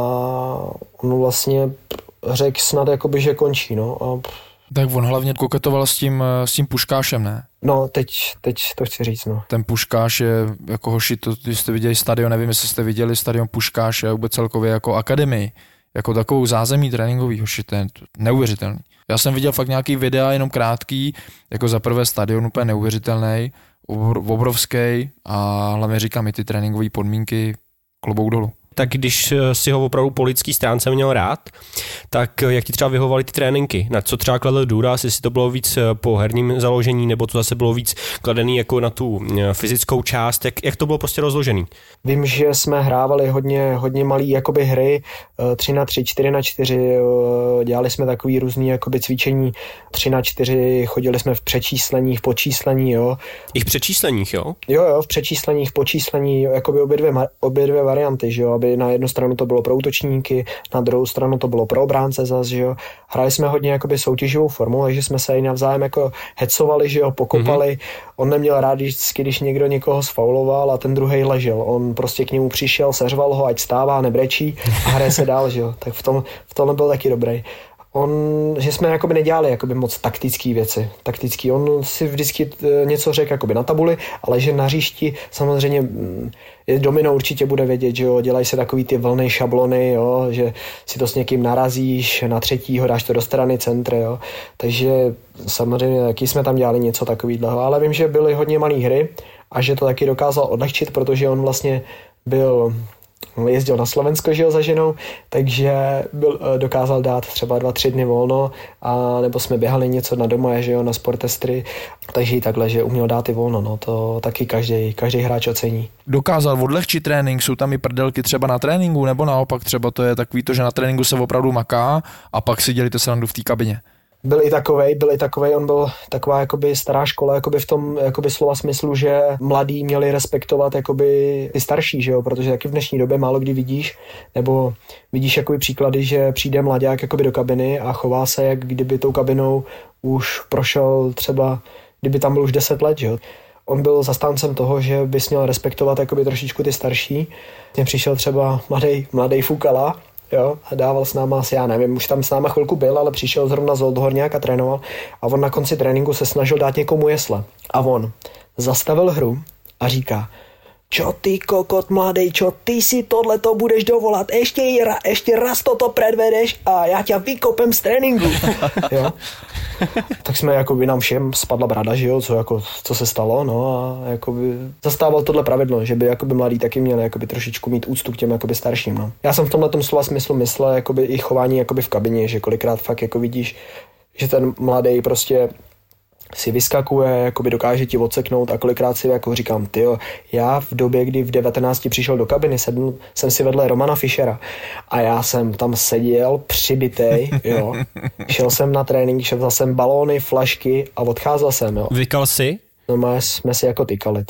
on vlastně řekl snad jakoby, že končí, no. Tak on hlavně koketoval s tím Puškášem, ne? No, teď to chci říct, no. Ten Puškáš je jako hoši, když jste viděli stadion, nevím, jestli jste viděli stadion Puškáš, je vůbec celkově jako akademii, jako takovou zázemí tréninkový, hoši, to je neuvěřitelný. Já jsem viděl fakt nějaký videa, jenom krátký, jako za prvé stadion úplně neuvěřitelný, obrovský a hlavně říkám i ty tréninkové podmínky klobouk dolů. Tak když si ho opravdu po lidský stránce měl rád, tak jak ti třeba vyhovovaly ty tréninky? Na co třeba kladl důraz, jestli to bylo víc po herním založení, nebo to zase bylo víc kladený jako na tu fyzickou část, jak to bylo prostě rozložený? Vím, že jsme hrávali hodně malý jakoby hry, 3x3, 4x4, dělali jsme takový různý jakoby cvičení, 3x4, chodili jsme v přečíslení, v počíslení, jo. I v přečísleních, jo? Jo, v přečíslení, v počíslení, jakoby obě dvě varianty, že jo, aby na jednu stranu to bylo pro útočníky, na druhou stranu to bylo pro obránce zas, že jo. Hráli jsme hodně jakoby soutěživou formu, takže jsme se i navzájem jako hecovali, že jo, pokopali. On neměl rád, když někdo někoho sfauloval a ten druhej ležel. On prostě k němu přišel, seřval ho, ať stává, nebrečí a hraje se dál, že jo. Tak v tom byl taky dobrý. Že jsme jakoby nedělali jakoby moc taktické věci. On si vždycky něco řekl jakoby na tabuli, ale že na hřišti samozřejmě domino určitě bude vědět, že jo, dělají se takový ty vlny, šablony, jo, že si to s někým narazíš, na třetího dáš to do strany centra, jo. Takže samozřejmě taky jsme tam dělali něco takového, ale vím, že byly hodně malé hry a že to taky dokázal odlehčit, protože on vlastně jezdil na Slovensko, že jo, za ženou, takže dokázal dát třeba 2-3 dny volno, a nebo jsme běhali něco na doma, že jo, na sportestry, takže i takhle, že uměl dát i volno, no, to taky každý hráč ocení. Dokázal odlehčit trénink, jsou tam i prdelky třeba na tréninku, nebo naopak třeba to je takový to, že na tréninku se opravdu maká a pak si dělíte srandu v té kabině. Byl i takovej, on byl taková jakoby stará škola, jakoby v tom jakoby slova smyslu, že mladí měli respektovat jakoby ty starší, že jo, protože taky v dnešní době málo kdy vidíš, nebo vidíš jakoby příklady, že přijde mladák jakoby do kabiny a chová se, jak kdyby tou kabinou už prošel třeba, kdyby tam byl už 10 let, že jo. On byl zastáncem toho, že bys měl respektovat jakoby trošičku ty starší. Mně přišel třeba mladý Fukala, jo, a dával s náma asi, já nevím, už tam s náma chvilku byl, ale přišel zrovna z Oldhorňák a trénoval a on na konci tréninku se snažil dát někomu jesle. A on zastavil hru a říká: čo ty kokot mladej, čo ty si tohleto budeš dovolat, ještě raz toto predvedeš a já tě vykopem z tréninku. Jo? Tak jsme, jakoby nám všem spadla brada, že jo, co se stalo, no a jakoby zastával tohle pravidlo, že by jakoby mladí taky měli jakoby trošičku mít úctu k těm jakoby starším, no. Já jsem v tomhletom slova smyslu myslel jakoby i chování jakoby v kabině, že kolikrát fakt jako vidíš, že ten mladý prostě si vyskakuje, jakoby dokáže ti odseknout a kolikrát si jako říkám, tyjo, já v době, kdy v 19 přišel do kabiny, jsem si vedle Romana Fischera a já jsem tam seděl přibitej, jo, šel jsem na trénink, šel jsem balóny, flašky a odcházel jsem, jo. Vykal jsi? No, jsme si jako tykali,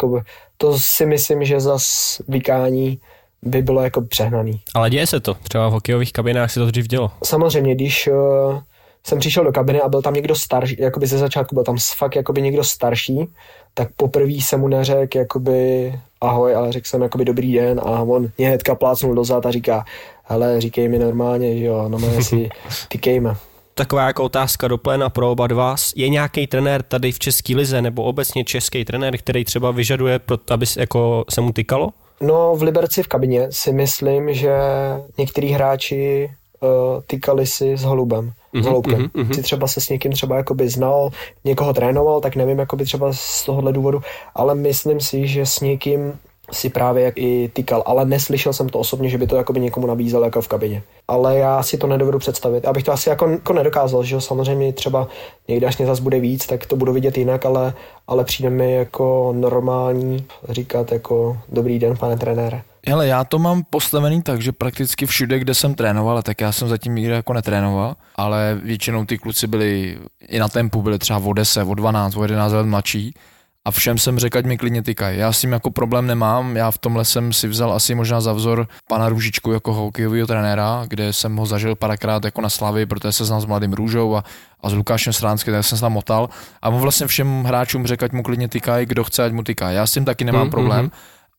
to si myslím, že zas vykání by bylo jako přehnaný. Ale děje se to, třeba v hokejových kabinách si to dřív dělo. Samozřejmě, když jsem přišel do kabiny a byl tam někdo starší, jakoby ze začátku byl tam fakt jakoby někdo starší, tak poprvé jsem mu neřekl jakoby ahoj, ale řekl jsem jakoby dobrý den a on mě hnedka plácnul dozad a říká, hele, říkej mi normálně, že jo, no my si tykejme. Taková jako otázka do pléna pro oba dva. Je nějaký trenér tady v české lize nebo obecně český trenér, který třeba vyžaduje, aby jako se mu tykalo? No, v Liberci v kabině si myslím, že některý hráči tykali si s Holubem. S Holoubkem. Si třeba se s někým třeba jakoby znal, někoho trénoval, tak nevím, jakoby třeba z tohohle důvodu, ale myslím si, že s někým si právě jak i tykal, ale neslyšel jsem to osobně, že by to jakoby někomu nabízel jako v kabině. Ale já si to nedovedu představit. Abych to asi jako nedokázal, že jo, samozřejmě třeba někdy, až mě zas bude víc, tak to budu vidět jinak, ale přijde mi jako normální říkat jako dobrý den, pane trenére. Hele, já to mám postavený tak, že prakticky všude, kde jsem trénoval, tak já jsem zatím nikdy jako netrénoval, ale většinou ty kluci byli i na tempu, byli třeba o 10, o 12, o 11 let mladší a všem jsem řekl, ať mi klidně tykají. Já s tím jako problém nemám, já v tomhle jsem si vzal asi možná za vzor pana Růžičku jako hokejového trenéra, kde jsem ho zažil párkrát jako na Slavii, protože se znal s mladým Růžou a s Lukášem Sránským, tak jsem se tam motal a on vlastně všem hráčům řekl, ať mu klidně tykají, kdo chce, ať mu tykají. Já s tím taky nemám problém.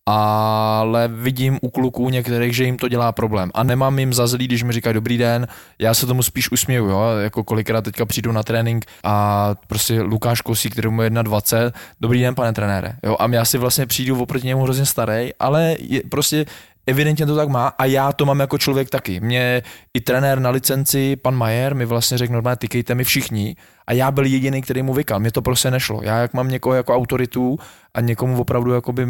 Ale vidím u kluků některých, že jim to dělá problém a nemám jim za zlý, když mi říkají dobrý den, já se tomu spíš usměju, jo? Jako kolikrát teďka přijdu na trénink a prostě Lukáš Kosík, který mu je 21, dobrý den, pane trenére, jo? A já si vlastně přijdu oproti němu hrozně starý, ale prostě evidentně to tak má a já to mám jako člověk taky. Mě i trenér na licenci, pan Majer, mi vlastně řekl normálně tykejte mi všichni a já byl jediný, který mu vykal. Mně to prostě nešlo. Já jak mám někoho jako autoritu a někomu opravdu jakoby,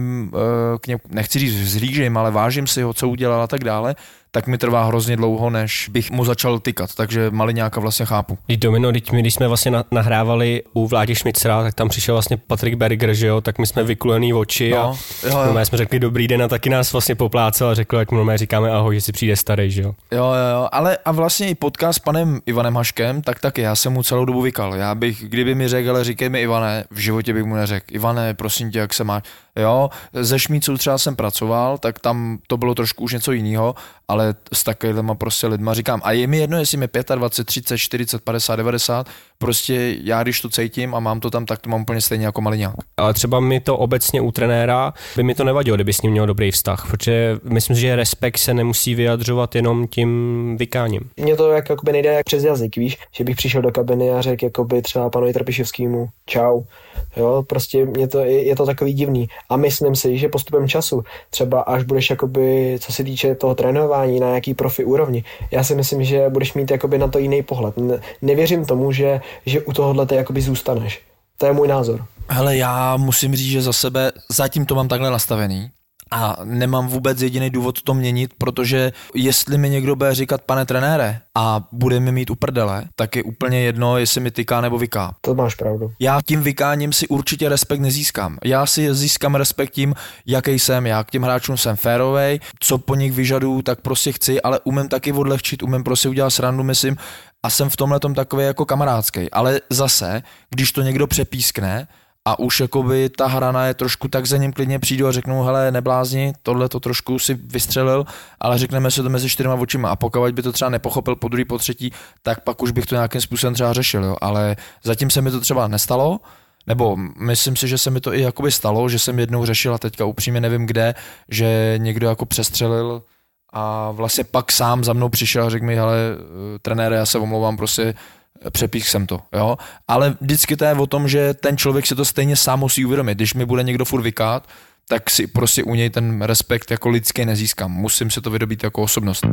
nechci říct vzhlížím, ale vážím si ho, co udělal a tak dále, tak mi trvá hrozně dlouho, než bych mu začal tykat, takže Maliňáka vlastně chápu. Domino, když jsme vlastně nahrávali u Vládi Šmicera, tak tam přišel vlastně Patrik Berger, že jo, tak my jsme vyklulený oči a my jsme řekli dobrý den a taky nás vlastně poplácel a řekl, ať mu říkáme ahoj, že si přijde starý, že jo. Jo, ale a vlastně i podcast s panem Ivanem Haškem, tak taky, já jsem mu celou dobu vykal. Já bych, kdyby mi řekl, ale říkej mi Ivane, v životě bych mu neřekl. Ivane, prosím tě, jak se máš? Jo, ze Šmíců třeba jsem pracoval, tak tam to bylo trošku už něco jiného, ale s takovýma prostě lidma říkám, a je mi jedno, jestli mi 25, 30, 40, 50, 90, prostě já když to cítím a mám to tam, tak to mám úplně stejně jako Maliňák. Ale třeba mi to obecně u trenéra by mi to nevadilo, kdyby s ním měl dobrý vztah, protože myslím, že respekt se nemusí vyjadřovat jenom tím vykáním. Mně to jakoby nejde jak přes jazyk, víš, že bych přišel do kabiny a řekl jakoby třeba panu Trpišovskému čau. Jo, prostě je to takový divný. A myslím si, že postupem času, třeba až budeš jakoby, co se týče toho trénování na nějaký profi úrovni, já si myslím, že budeš mít jakoby na to jiný pohled. Nevěřím tomu, že u tohohle ty jakoby zůstaneš. To je můj názor. Hele, já musím říct, že za sebe zatím to mám takhle nastavený. A nemám vůbec jediný důvod to měnit, protože jestli mi někdo bude říkat pane trenére a bude mi mít u prdele, tak je úplně jedno, jestli mi tyká nebo vyká. To máš pravdu. Já tím vykáním si určitě respekt nezískám. Já si získám respekt tím, jaký jsem. Já k těm hráčům jsem férovej, co po nich vyžaduju, tak prostě chci, ale umím taky odlehčit, umím prostě udělat srandu, myslím, a jsem v tomhletom takový jako kamarádský. Ale zase, když to někdo přepískne, a už jakoby ta hrana je trošku, tak za ním klidně přijdu a řeknu, hele, neblázni, tohle to trošku si vystřelil, ale řekneme si to mezi 4 očima a pokud by to třeba nepochopil po druhý, po třetí, tak pak už bych to nějakým způsobem třeba řešil, jo. Ale zatím se mi to třeba nestalo, nebo myslím si, že se mi to i jakoby stalo, že jsem jednou řešil a teďka upřímně nevím kde, že někdo jako přestřelil a vlastně pak sám za mnou přišel a řekl mi, hele, trenére, já se omlouvám, prostě přepích jsem to, jo, ale vždycky to je o tom, že ten člověk si to stejně sám musí uvědomit, když mi bude někdo furt vykát, tak si prostě u něj ten respekt jako lidský nezískám, musím si to vydobít jako osobnost.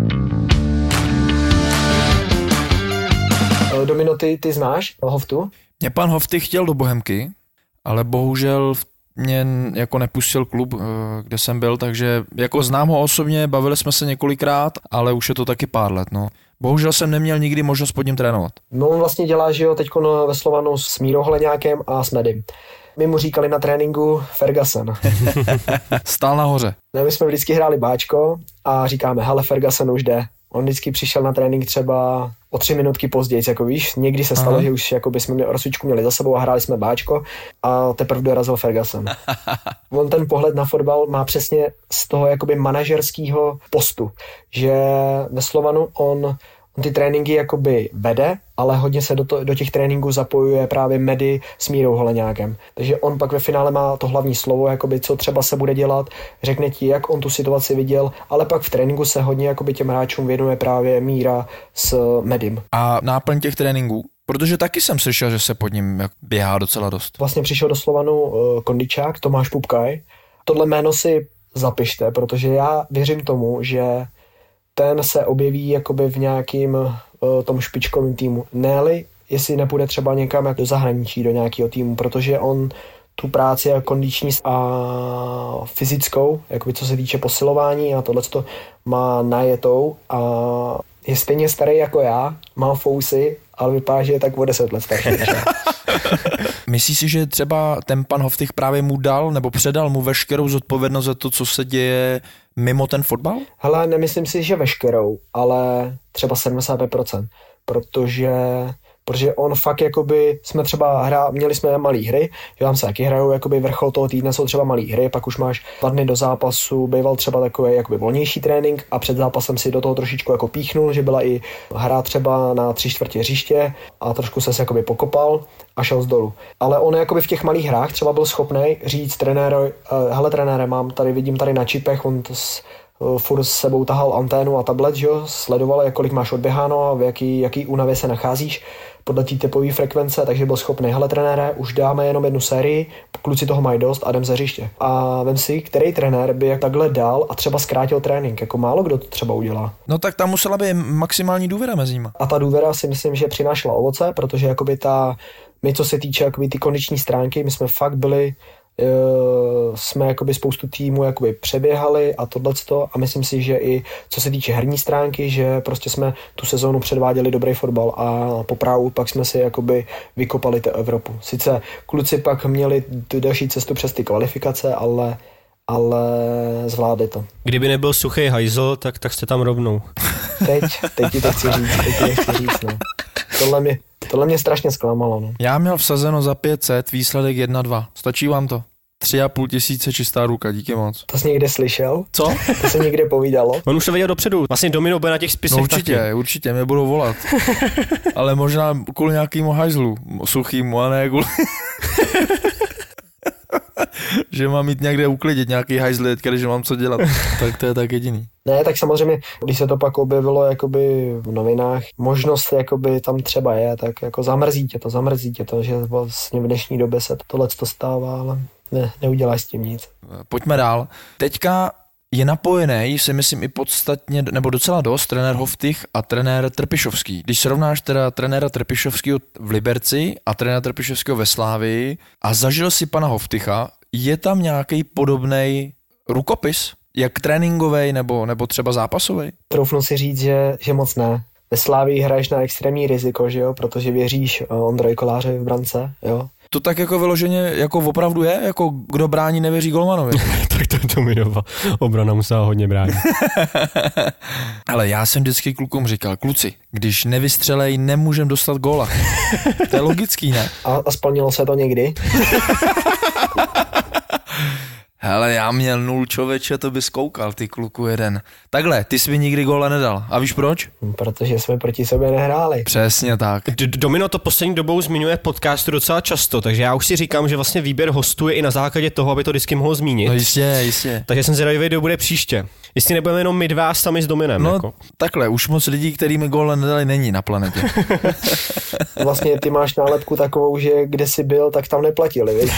Domino, ty znáš Hoftu? Mě pan Hofty chtěl do Bohemky, ale bohužel mě jako nepustil klub, kde jsem byl, takže jako znám ho osobně, bavili jsme se několikrát, ale už je to taky pár let, no. Bohužel jsem neměl nikdy možnost pod ním trénovat. No on vlastně dělá, že jo, teďko ve Slovanu s Mírou Hleňákem a s Medim. My mu říkali na tréninku Ferguson. Stál nahoře. No, my jsme vždycky hráli báčko a říkáme, hele, Ferguson už jde. On vždycky přišel na trénink třeba o 3 minutky později, jako víš, někdy se stalo, že už jako jsme rozsvičku měli za sebou a hráli jsme báčko a teprve dorazil Ferguson. On ten pohled na fotbal má přesně z toho jakoby manažerského postu, že ve Slovanu on ty tréninky jakoby vede, ale hodně se do těch tréninků zapojuje právě Medy s Mírou Holeňákem. Takže on pak ve finále má to hlavní slovo, jakoby co třeba se bude dělat, řekne ti, jak on tu situaci viděl, ale pak v tréninku se hodně jakoby těm hráčům věnuje právě Míra s Medym. A náplň těch tréninků? Protože taky jsem slyšel, že se pod ním běhá docela dost. Vlastně přišel do Slovanu kondičák Tomáš Pupkaj. Tohle jméno si zapište, protože já věřím tomu, že ten se objeví jakoby v nějakým tom špičkovém týmu. Ne-li, jestli nepůjde třeba někam do zahraničí, do nějakého týmu, protože on tu práci a kondiční a fyzickou, jakoby co se týče posilování a tohleto má najetou a je stejně starý jako já, má fousy, ale vypadá, že je tak o 10 let starší. Myslíš si, že třeba ten pan Hoftych právě mu dal nebo předal mu veškerou zodpovědnost za to, co se děje mimo ten fotbal? Hele, nemyslím si, že veškerou, ale třeba 75%, protože on fakt jakoby, jsme třeba měli jsme malý hry, že tam se taky hrajou, jakoby vrchol toho týdne jsou třeba malý hry, pak už máš 2 dny do zápasu, býval třeba takový jakoby volnější trénink a před zápasem si do toho trošičku jako píchnul, že byla i hra třeba na 3/4 hřiště a trošku se jakoby pokopal a šel z dolu. Ale on jakoby v těch malých hrách třeba byl schopný říct trenérovi, hele trenére, vidím tady na čipech, on to furt s sebou tahal anténu a tablet, že jo, sledoval, kolik máš odběháno a v jaký únavě se nacházíš podle té typové frekvence, takže byl schopný, hele trenére, už dáme jenom 1 sérii, kluci toho mají dost a jdem za hřiště. A vem si, který trenér by takhle dal a třeba zkrátil trénink, jako málo kdo to třeba udělá. No tak tam musela být maximální důvěra mezi nimi. A ta důvěra si myslím, že přinášela ovoce, protože jakoby my co se týče jakoby ty kondiční stránky, my jsme fakt byli jsme jakoby spoustu týmů jakoby přeběhali a tohleto a myslím si, že i co se týče herní stránky, že prostě jsme tu sezónu předváděli dobrý fotbal a po Prahu pak jsme si jakoby vykopali tu Evropu. Sice kluci pak měli tu další cestu přes ty kvalifikace, ale zvládli to. Kdyby nebyl suchý hajzl, tak jste tam rovnou. Teď ti to chci říct, no. Tohle mě strašně zklamalo, no. Já měl vsazeno za 500, výsledek 1-2. Stačí vám to? 3,5 tisíce čistá ruka, díky moc. To jsi někde slyšel? Co? To se někde povídalo? On už to věděl dopředu. Vlastně Domino bude na těch spisech. No určitě, mě budou volat. Ale možná kvůli nějakému hajzlu, suchýmu, a ne kvůli... že mám mít někde uklidit nějaký hajzl, když mám co dělat. Tak to je tak jediný. Ne, tak samozřejmě, když se to pak objevilo jakoby v novinách, možnost jakoby tam třeba je, tak jako zamrzí tě to, že vlastně v dnešní době se tohleto stává, ale neuděláš s tím nic. Pojďme dál. Teďka je napojený, si myslím, i podstatně, nebo docela dost, trenér Hoftych a trenér Trpišovský. Když srovnáš teda trenéra Trpišovského v Liberci a trenéra Trpišovského ve Slávii a zažil si pana Hoftycha, je tam nějaký podobný rukopis, jak tréninkový nebo třeba zápasový? Troufnu si říct, že moc ne. Ve Slávii hraješ na extrémní riziko, že jo, protože věříš Ondroji Kolářovi v brance, jo. To tak jako vyloženě jako opravdu je, jako kdo brání, nevěří golmanovi. Tak to je Dominova obrana musela hodně bránit. Ale já jsem vždycky klukům říkal, kluci, když nevystřelej, nemůžem dostat góla. To je logický, ne? A splnilo se to někdy? Hele, já měl 0, člověče, to bys koukal, ty kluku jeden. Takhle, ty jsi mi nikdy góla nedal. A víš proč? Protože jsme proti sobě nehráli. Přesně tak. Domino to poslední dobou zmiňuje v podcastu docela často, takže já už si říkám, že vlastně výběr hostů je i na základě toho, aby to vždycky mohl zmínit. No jistě. Takže jsem zvědavý, kdo bude příště. Jestli nebudeme jenom my dva sami s Dominem. No jako. Takhle, už moc lidí, kterými góla nedali, není na planetě. Vlastně ty máš nálepku takovou, že kde jsi byl, tak tam neplatili, viď?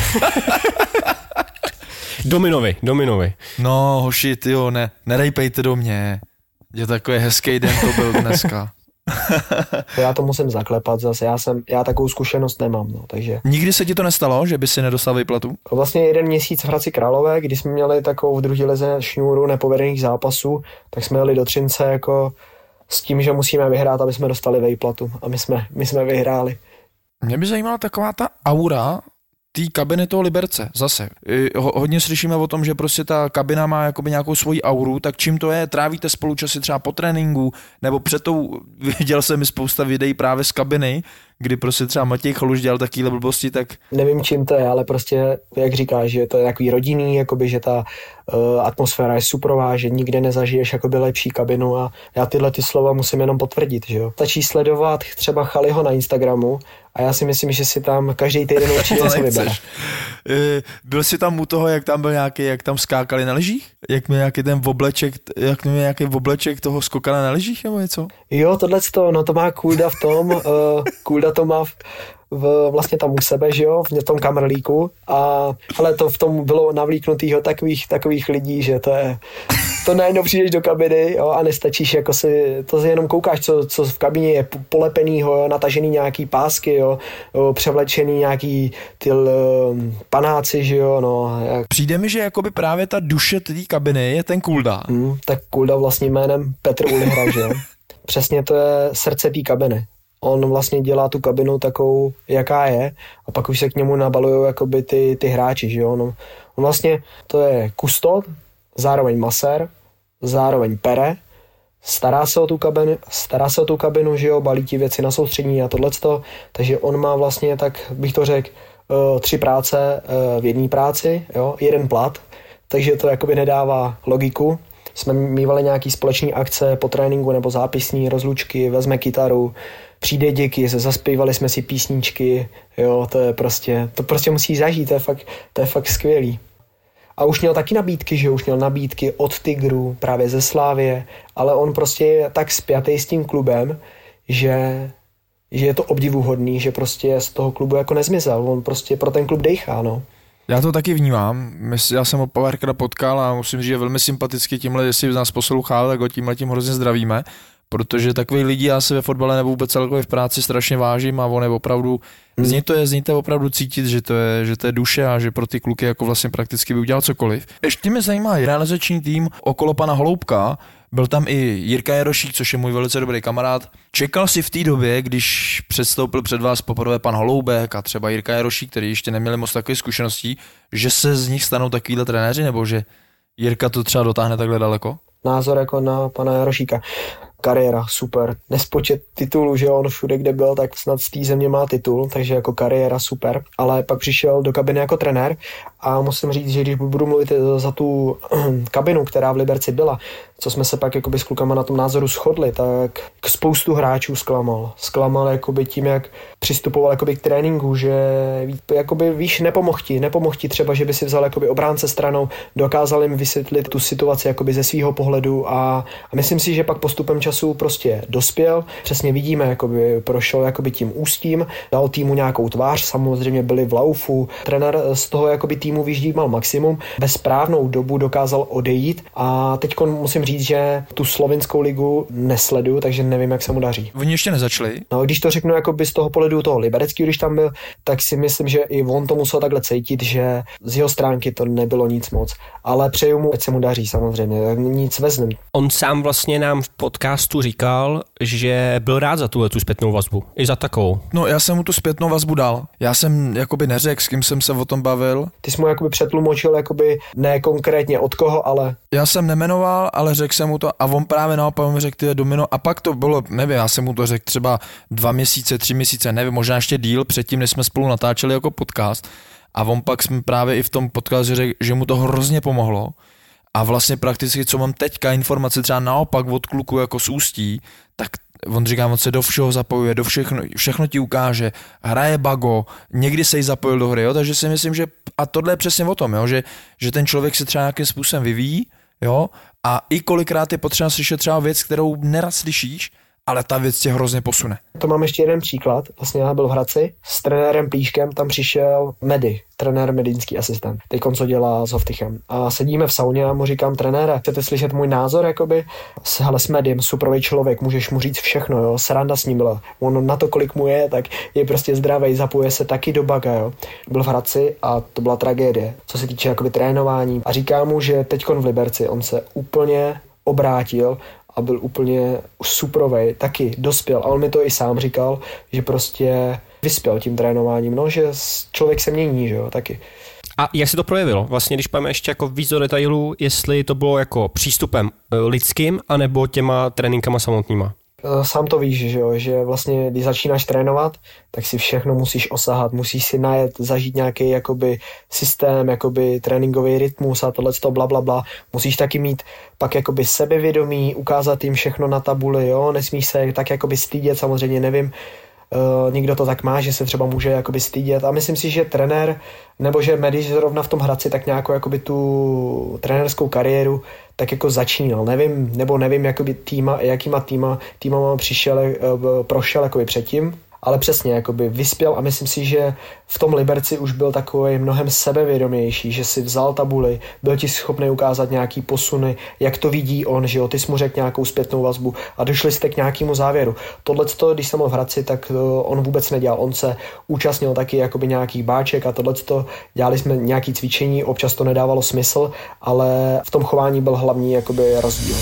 Dominovi. No, hoši, tyjo, nerejpejte do mě. Je takový hezký den to byl dneska. Já to musím zaklepat zase, já takovou zkušenost nemám, no, takže. Nikdy se ti to nestalo, že by si nedostal výplatu? Vlastně 1 měsíc v Hradci Králové, kdy jsme měli takovou v druhé lize šňůru nepovedených zápasů, tak jsme jeli do Třince jako s tím, že musíme vyhrát, aby jsme dostali výplatu a my jsme vyhráli. Mě by zajímala taková ta aura té kabiny toho Liberce, zase. Hodně slyšíme o tom, že prostě ta kabina má jakoby nějakou svoji auru, tak čím to je? Trávíte spolu časy třeba po tréninku, nebo před tou, viděl jsem mi spousta videí právě z kabiny, kdy prostě třeba Matěj Chaluš dělal takovýhle blbosti, tak... Nevím, čím to je, ale prostě, jak říkáš, že to je takový rodinný, jakoby, že ta atmosféra je suprová, že nikde nezažiješ jakoby lepší kabinu a já tyhle ty slova musím jenom potvrdit, že jo. Stačí sledovat třeba Chaliho na Instagramu a já si myslím, že si tam každý týden určitě něco vybere. Byl jsi tam u toho, jak tam byl nějaký, jak tam skákali na lyžích? Jak měl nějaký ten obleček toho skokana na lyžích nebo něco? Jo, tohleto, no to má Kulda v tom, Kulda to má vlastně tam u sebe, že jo, v tom kamerlíku a ale to v tom bylo navlíknutýho takových lidí, že to je to najednou přijdeš do kabiny, jo, a nestačíš, jako si, to jenom koukáš, co v kabině je polepenýho, jo, natažený nějaký pásky, jo, převlečený nějaký ty panáci, že jo, no. Přijde mi, že jakoby právě ta duše té kabiny je ten Kulda. Tak Kulda vlastním jménem Petr Ulihra, že jo. Přesně to je srdce té kabiny. On vlastně dělá tu kabinu takovou, jaká je, a pak už se k němu nabalují jakoby ty hráči, že jo. No, on vlastně, to je kustod, zároveň masér, zároveň pere, stará se o tu kabinu, že jo, balí ti věci na soustředění a tohleto, takže on má vlastně, tak bych to řekl, 3 práce v jedné práci, jo, 1 plat, takže to jakoby nedává logiku. Jsme mívali nějaký společný akce po tréninku nebo zápisní rozlučky, vezme kytaru, přijde díky, zaspívali jsme si písničky, jo, to prostě musí zažít, to je fakt skvělý. A už měl taky nabídky, že už měl nabídky od Tigru, právě ze Slávie, ale on prostě je tak spjatý s tím klubem, že je to obdivuhodný, že prostě z toho klubu jako nezmizel, on prostě pro ten klub dejchá, no. Já to taky vnímám, já jsem ho párkrát potkal a musím říct, že je velmi sympatický tímhle, jestli nás poslouchal, tak ho tímhletím hrozně zdravíme, protože takových lidí já se ve fotbale nebo vůbec celkově v práci strašně vážím a on je opravdu, z ní to opravdu cítit, že to je duše a že pro ty kluky jako vlastně prakticky by udělal cokoliv. Ještě mě zajímá realizační tým okolo pana Holoubka, byl tam i Jirka Jarošík, což je můj velice dobrý kamarád. Čekal si v té době, když předstoupil před vás poprvé pan Holoubek a třeba Jirka Jarošík, který ještě neměli moc takových zkušeností, že se z nich stanou takovýhle trenéři, nebo že Jirka to třeba dotáhne takhle daleko? Názor jako na pana Jarošíka. Kariéra, super. Nespočet titulů, že on všude, kde byl, tak snad z té země má titul, takže jako kariéra, super. Ale pak přišel do kabiny jako trenér a musím říct, že když budu mluvit za tu kabinu, která v Liberci byla, co jsme se pak jakoby s klukama na tom názoru shodli, tak k spoustu hráčů zklamal. Zklamal jakoby tím, jak přistupoval jakoby k tréninku, že jakoby víš, nepomohl ti třeba, že by si vzal jakoby obránce stranou, dokázal jim vysvětlit tu situaci jakoby ze svého pohledu a myslím si, že pak postupem času prostě dospěl. Přesně vidíme, jakoby prošel jakoby tím Ústím, dal týmu nějakou tvář, samozřejmě byli v laufu. Trenér z toho jakoby týmu vyždímal maximum, ve správnou dobu dokázal odejít a teď musím říct, že tu slovinskou ligu nesleduju, takže nevím, jak se mu daří. Oni ještě nezačali? No, když to řeknu jakoby z toho pohledu toho libereckého, když tam byl, tak si myslím, že i on to musel takhle cítit, že z jeho stránky to nebylo nic moc. Ale přeju mu, ať se mu daří samozřejmě, nic vezmem. On sám vlastně nám v podcastu říkal, že byl rád za tu zpětnou vazbu. I za takovou. No, já jsem mu tu zpětnou vazbu dal. Já jsem jakoby neřekl, s kým jsem se o tom bavil. Ty jsi mu jakoby přetlumočil, jakoby ne konkrétně od koho, ale... Já jsem nemenoval, ale řekl jsem mu to a on právě naopak mi řekl, ty Domino, a pak to bylo, nevím, já jsem mu to řekl třeba 2 měsíce, 3 měsíce, nevím, možná ještě díl předtím, než jsme spolu natáčeli jako podcast a on pak jsme právě i v tom podcastu řekl, že mu to hrozně pomohlo a vlastně prakticky, co mám teďka informace třeba naopak od kluku jako z Ústí, tak on říká, on se do všeho zapojuje, do všechno ti ukáže, hraje bago, někdy se jí zapojil do hry, jo, takže si myslím, že a tohle je přesně o tom, jo, že ten člověk se třeba nějakým způsobem vyvíjí, jo, a i kolikrát je potřeba slyšet třeba věc, kterou nerad slyšíš, ale ta věc tě hrozně posune. To mám ještě jeden příklad. Vlastně já byl v Hradci s trenérem Plíškem, tam přišel Medy, trenér medicínský asistent. Teď co dělá s Hoftychem. A sedíme v sauně a mu říkám, trenére, chcete slyšet můj názor, jakoby? Hele, s Medym, superový člověk, můžeš mu říct všechno, jo, sranda s ním byla. On na to, kolik mu je, tak je prostě zdravý, zapojuje se taky do baga, jo. Byl v Hradci a to byla tragédie, co se týče jakoby trénování. A říká mu, že teďkon v Liberci on se úplně obrátil a byl úplně superovej, taky dospěl. A on mi to i sám říkal, že prostě vyspěl tím trénováním, no, že člověk se mění, že jo, taky. A jak se to projevilo? Vlastně, když pojďme ještě jako víc do detailů, jestli to bylo jako přístupem lidským, anebo těma tréninkama samotnýma? Sám to víš, že jo, že vlastně, když začínáš trénovat, tak si všechno musíš osahat, musíš si najet, zažít nějaký jakoby systém, jakoby tréninkový rytmus a tohleto blablabla. Musíš taky mít pak jakoby sebevědomí, ukázat jim všechno na tabuli, jo, nesmíš se tak jakoby stydět, samozřejmě nevím, někdo to tak má, že se třeba může jakoby stydět a myslím si, že trenér, nebo že Mediš zrovna v tom Hradci tak nějakou jakoby tu trenérskou kariéru tak jako začínal, nevím jakoby jakýma týmama prošel jakoby předtím, ale přesně jakoby vyspěl a myslím si, že v tom Liberci už byl takový mnohem sebevědomější, že si vzal tabuli, byl ti schopný ukázat nějaký posuny, jak to vidí on, že jo, ty jsi mu řekl nějakou zpětnou vazbu a došli jste k nějakému závěru. Tohleto, když jsem byl v Hradci, tak on vůbec nedělal, on se účastnil taky jakoby nějakých báček a tohleto, dělali jsme nějaký cvičení, občas to nedávalo smysl, ale v tom chování byl hlavní jakoby rozdíl.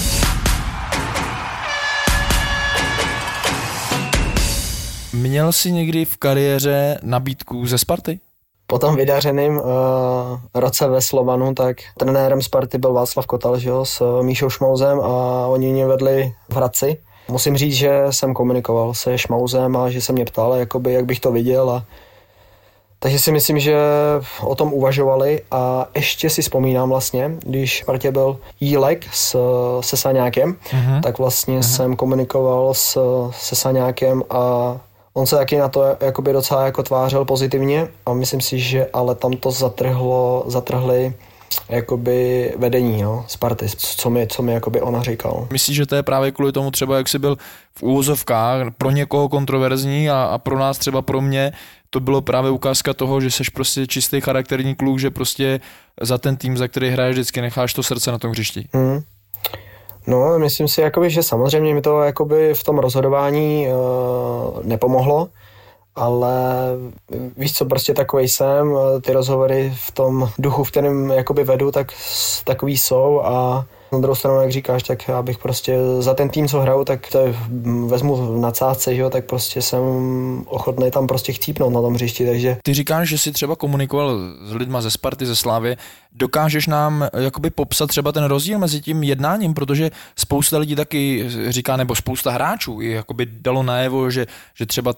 Měl jsi někdy v kariéře nabídku ze Sparty? Po tom vydařeným roce ve Slovanu, tak trenérem Sparty byl Václav Kotal, že jo, s Míšou Šmauzem a oni mě vedli v Hradci. Musím říct, že jsem komunikoval se Šmauzem a že se mě ptal, jakoby, jak bych to viděl. Takže si myslím, že o tom uvažovali a ještě si vzpomínám vlastně, když v Spartě byl Jílek se Saňákem, tak vlastně jsem komunikoval se Saňákem a on se taky na to jakoby docela jako tvářil pozitivně a myslím si, že ale tam to zatrhli jakoby vedení, no, Sparty, co mi jakoby ona říkal. Myslíš, že to je právě kvůli tomu třeba, jak jsi byl v úvozovkách pro někoho kontroverzní a pro nás, třeba pro mě, to bylo právě ukázka toho, že seš prostě čistý charakterní kluk, že prostě za ten tým, za který hraješ, vždycky necháš to srdce na tom hřišti. No, myslím si, jakoby, že samozřejmě mi to jakoby v tom rozhodování nepomohlo, ale víš co, prostě takovej jsem, ty rozhovory v tom duchu, v kterém jakoby vedu, tak takový jsou a na druhou stranu, jak říkáš, tak já bych prostě za ten tým, co hraju, tak to vezmu v nadsázce, že jo, tak prostě jsem ochotný tam prostě chcípnout na tom hřišti, takže... Ty říkáš, že jsi třeba komunikoval s lidma ze Sparty, ze Slávy, dokážeš nám jakoby popsat třeba ten rozdíl mezi tím jednáním, protože spousta lidí taky říká, nebo spousta hráčů jakoby dalo najevo, že třeba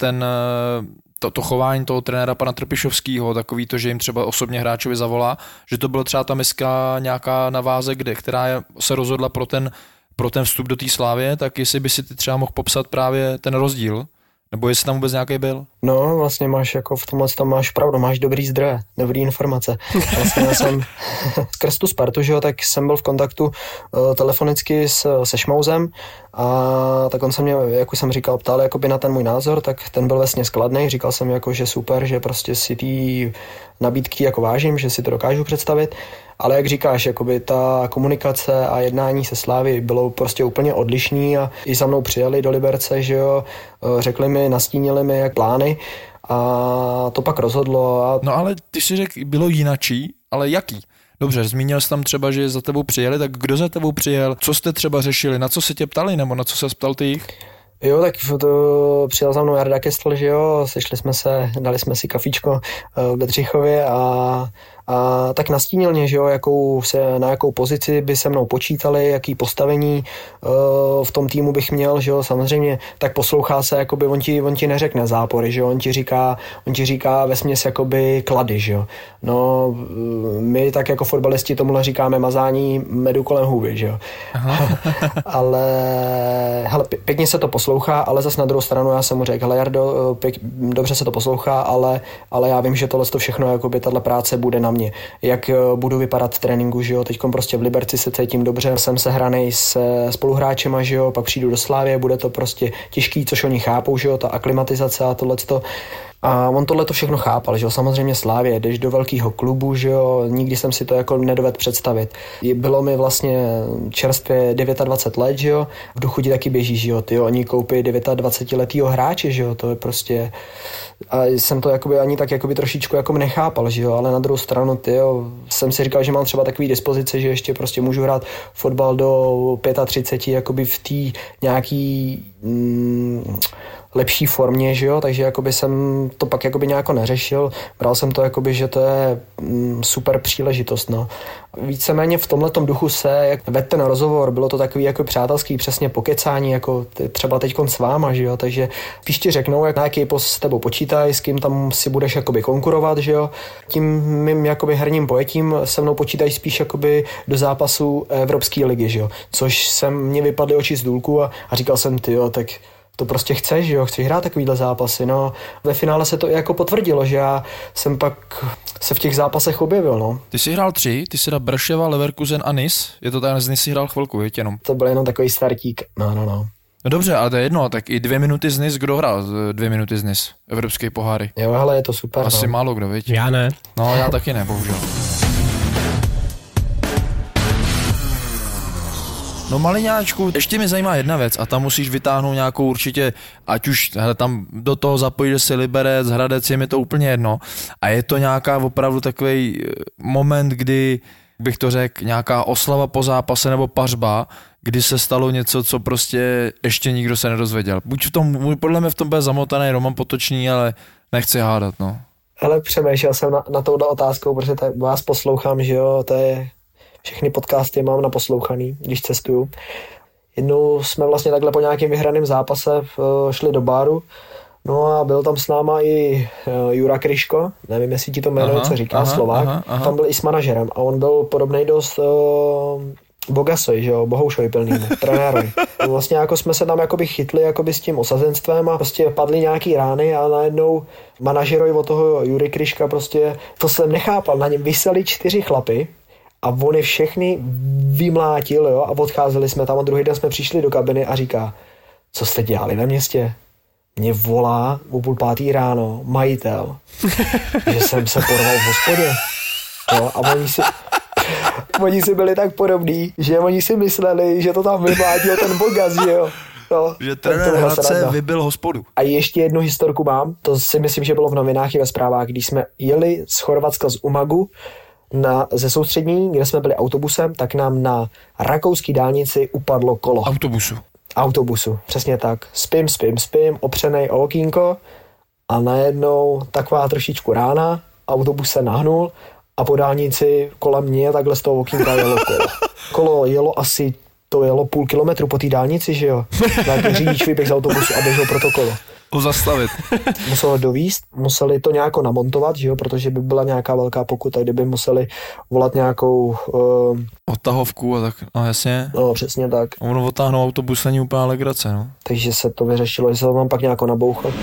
to chování toho trenéra pana Trpišovského, takový to, že jim třeba osobně hráčovi zavolá, že to bylo třeba ta miska nějaká na váze, která se rozhodla pro ten vstup do té Slávě, tak jestli by si ty třeba mohl popsat právě ten rozdíl, nebo jestli tam vůbec nějaký byl? No, vlastně máš jako v tomhle tam máš pravdu, máš dobrý zdroje, dobrý informace. Vlastně já jsem skrz tu Spartu, že jo, tak jsem byl v kontaktu telefonicky se Šmauzem a tak on se mě, jak už jsem říkal, ptal jakoby na ten můj názor, tak ten byl vlastně skladný, říkal jsem jako, že super, že prostě si ty nabídky jako vážím, že si to dokážu představit, ale jak říkáš, jakoby ta komunikace a jednání se Slávy bylo prostě úplně odlišný a i za mnou přijeli do Liberce, že jo, řekli mi, nastínili mi jak plány a to pak rozhodlo. No ale ty si řekl, bylo jinačí, ale jaký? Dobře, zmínil jsi tam třeba, že za tebou přijeli, tak kdo za tebou přijel? Co jste třeba řešili? Na co se tě ptali, nebo na co se ptal ty jich? Jo, tak to přijel za mnou Jarda Kestl, že jo, sešli jsme se, dali jsme si kafíčko v Bedřichově a tak nastínil mě, že jo, na jakou pozici by se mnou počítali, jaký postavení v tom týmu bych měl, že jo, samozřejmě, tak poslouchá se, jakoby on ti neřekne zápory, že jo, on ti říká vesměs jakoby klady, že jo. No, my tak jako fotbalisti tomuhle říkáme mazání medu kolem huby, že jo. Ale, hele, pěkně se to poslouchá, ale zas na druhou stranu já jsem mu řekl, hele Jardo, dobře se to poslouchá, ale já vím, že tohle všechno, jakoby tahle práce bude na mě. Jak budu vypadat v tréninku, že jo, teďkom prostě v Liberci se cítím dobře, jsem sehranej se spoluhráčema, že jo, pak přijdu do Slávie, bude to prostě těžký, což oni chápou, že jo, ta aklimatizace a tohleto. A on tohleto všechno chápal, že jo, samozřejmě Slávie, jdeš do velkého klubu, že jo, nikdy jsem si to jako nedovedl představit. Bylo mi vlastně čerstvě 29 let, že jo, v duchu ti taky běží, že jo, oni koupí 29letýho hráče, že jo, to je prostě, a jsem to jakoby ani tak jakoby trošičku jako nechápal, že jo, ale na druhou stranu, jsem si říkal, že mám třeba takový dispozice, že ještě prostě můžu hrát fotbal do 35, jakoby v té nějaký lepší formě, že jo, takže jakoby jsem to pak jakoby nějak neřešil, bral jsem to jakoby, že to je super příležitost, no. Víceméně v tomhletom duchu jak vedl ten rozhovor, bylo to takový jako přátelský přesně pokecání, jako třeba teďkon s váma, že jo, takže spíš ti řeknou, jak na jaký post s tebou počítají, s kým tam si budeš jakoby konkurovat, že jo, tím mým jakoby herním pojetím se mnou počítají spíš jakoby do zápasu Evropské ligy, že jo, což mě vypadly oči z důlku a říkal jsem, tak to prostě chceš, jo, chceš hrát takovýhle zápasy, no. Ve finále se to i jako potvrdilo, že já jsem pak se v těch zápasech objevil, no. Ty jsi hrál 3, ty jsi dal Brševa, Leverkusen a Nice, je to tak, z Nice jsi hrál chvilku, víte jenom. To byl jenom takový startík, no. No dobře, ale to je jedno, tak i 2 minuty z NIS, kdo hrál 2 minuty z NIS? Evropské poháry. Jo, ale je to super. Asi málo kdo, viď? Já ne. No, já taky ne, bohužel. No maliňáčku, ještě mi zajímá jedna věc a tam musíš vytáhnout nějakou určitě, ať už hele, tam do toho zapojíš si Liberec, Hradec, je mi to úplně jedno. A je to nějaká opravdu takový moment, kdy bych to řekl, nějaká oslava po zápase nebo pařba, kdy se stalo něco, co prostě ještě nikdo se nedozvěděl. Buď v tom, podle mě v tom bude zamotaný Roman Potočný, ale nechci hádat, no. Ale přemýšlel jsem na touhle otázkou, protože vás poslouchám, že jo, to je, všechny podcasty mám naposlouchaný, když cestuju. Jednou jsme vlastně takhle po nějakém vyhraném zápase šli do baru, no a byl tam s náma i Jura Kryško, nevím, jestli ti to jméno něco říká, Slovák, tam byl i s manažerem a on byl podobnej dost Bogasovi, že jo, Bohoušovi Pilnýmu, trenérovi. Vlastně jako jsme se tam jakoby chytli jakoby s tím osazenstvem a prostě padly nějaký rány a najednou manažerovi od toho Jury Kryška prostě, to jsem nechápal, na něm viseli 4 chlapy a on je všechny vymlátil, jo, a odcházeli jsme tam a druhý den jsme přišli do kabiny a říká, co jste dělali ve městě? Mě volá o 4:30 ráno majitel, že jsem se porval v hospodě. Jo, a oni si byli tak podobní, že oni si mysleli, že to tam vymlátil ten Bogas, že jo. No, že trenér Hradce vybil hospodu. A ještě jednu historku mám, to si myslím, že bylo v novinách i ve zprávách, když jsme jeli z Chorvatska z Umagu ze soustřední, kde jsme byli autobusem, tak nám na rakouský dálnici upadlo kolo. Autobusu, přesně tak. Spím, opřenej o okýnko a najednou taková trošičku rána, autobus se nahnul a po dálnici kolem mě takhle z toho okýnka jelo kolo. Kolo jelo asi, to jelo 0,5 kilometru po té dálnici, že jo? Nějaký řidič vyběh z autobusu a běžel pro to kolo. Ho zastavit. Muselo dovízt, museli to nějako namontovat, že jo? Protože by byla nějaká velká pokuta, kdyby museli volat nějakou odtahovku a tak, no jasně. No, přesně tak. A ono otáhnou autobus není úplně legrace, no. Takže se to vyřešilo, že se to tam pak nějako nabouchlo.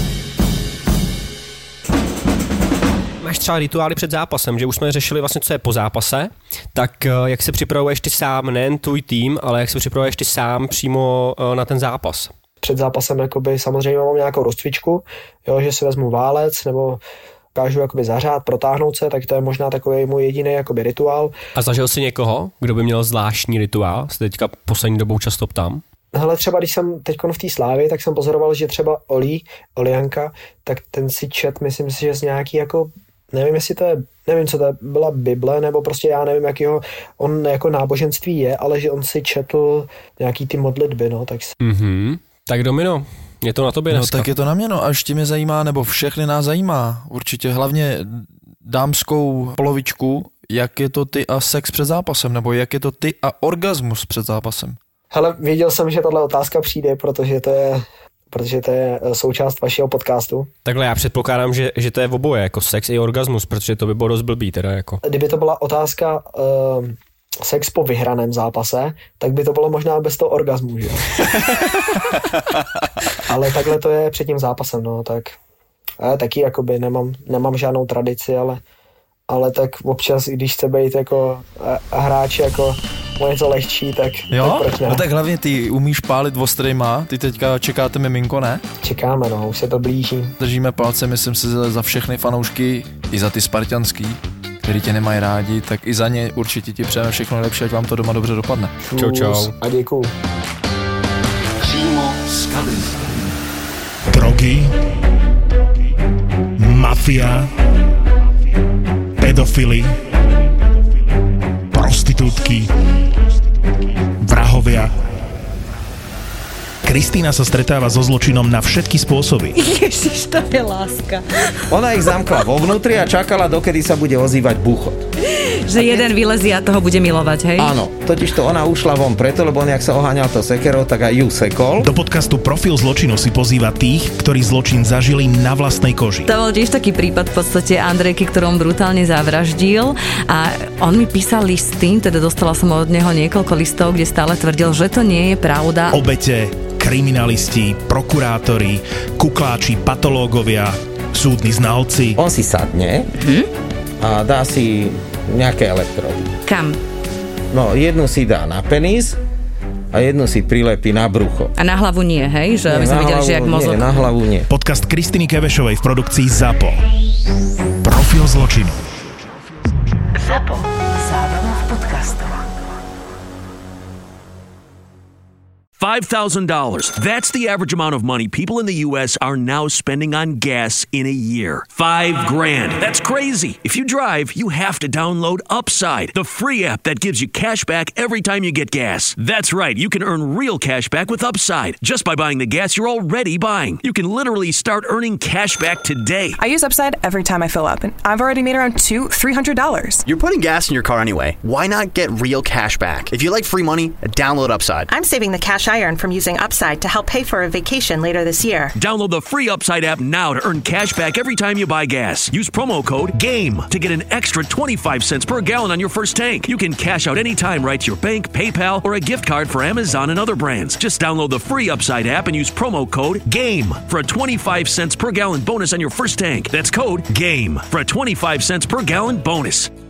Máš třeba rituály před zápasem, že už jsme řešili vlastně, co je po zápase, tak jak se připravuješ ty sám, nejen tvůj tým, ale jak se připravuješ ty sám přímo na ten zápas? Před zápasem jakoby, samozřejmě mám nějakou rozcvičku, jo, že si vezmu válec nebo dokážu jakoby zařát, protáhnout se, tak to je možná takový můj jediný jakoby rituál. A zažil jsi někoho, kdo by měl zvláštní rituál? Se teďka poslední dobou často ptám. Hele, třeba když jsem teď v té Slávii, tak jsem pozoroval, že třeba Olianka, tak ten si čet, myslím si, že z nějaký jako, nevím, jestli to je, nevím, co to byla Bible, nebo prostě já nevím, jakýho on jako náboženství je, ale že on si četl nějaký ty modlitby, no, tak Tak Domino, je to na tobě dneska. No tak je to na mě, no a ještě mě zajímá, nebo všechny nás zajímá, určitě hlavně dámskou polovičku, jak je to ty a sex před zápasem, nebo jak je to ty a orgasmus před zápasem. Hele, věděl jsem, že tahle otázka přijde, protože to je součást vašeho podcastu. Takhle já předpokládám, že to je oboje, jako sex i orgasmus, protože to by bylo dost blbý teda jako. Kdyby to byla otázka sex po vyhraném zápase, tak by to bylo možná bez toho orgasmu, že jo? Ale takhle to je před tím zápasem, no, tak já taky jakoby nemám žádnou tradici, ale tak občas, když chce být jako hráč jako o něco lehčí, tak proč ne? No tak hlavně ty umíš pálit ostrýma, ty teďka čekáte miminko, ne? Čekáme, no, už se to blíží. Držíme palce, myslím si, za všechny fanoušky, i za ty spartanský, který tě nemají rádi, tak i za ně určitě ti přejeme všechno lepší, ať vám to doma dobře dopadne. Čau. A děkuju. Přímo z kabiny. Drogy, mafia, pedofily, prostitútky, vrahovia. Kristína sa stretáva so zločinom na všetky spôsoby. Ježiš, to je láska. Ona ich zamkla vo vnútri a čakala, dokedy sa bude ozývať buchot. Že jeden vylezie a toho bude milovať, hej? Áno, totižto ona ušla von preto, lebo on, jak sa oháňal to sekerou, tak aj ju sekol. Do podcastu Profil zločinu si pozýva tých, ktorí zločin zažili na vlastnej koži. To bol tiež taký prípad v podstate Andrejky, ktorú on brutálne zavraždil a on mi písal listy, teda dostala som od neho niekoľko listov, kde stále tvrdil, že to nie je pravda. Obete, kriminalisti, prokurátori, kukláči, patológovia, súdni znalci. On si sadne a dá si nejaké elektrody. Kam? No, jednu si dá na penis a jednu si prilepí na brucho. A na hlavu nie, hej? Že aby sme videli, že jak mozog. Nie, na hlavu nie. Podcast Kristiny Kevešovej v produkcii ZAPO. Profil zločinu. ZAPO. Zábrná v podcastov. $5,000. That's the average amount of money people in the U.S. are now spending on gas in a year. $5,000. That's crazy. If you drive, you have to download Upside, the free app that gives you cash back every time you get gas. That's right. You can earn real cash back with Upside just by buying the gas you're already buying. You can literally start earning cash back today. I use Upside every time I fill up, and I've already made around $200-$300. You're putting gas in your car anyway. Why not get real cash back? If you like free money, download Upside. I'm saving the cash I earn from using Upside to help pay for a vacation later this year. Download the free Upside app now to earn cash back every time you buy gas. Use promo code GAME to get an extra 25 cents per gallon on your first tank. You can cash out anytime right to your bank, PayPal, or a gift card for Amazon and other brands. Just download the free Upside app and use promo code GAME for a 25 cents per gallon bonus on your first tank. That's code GAME for a 25 cents per gallon bonus.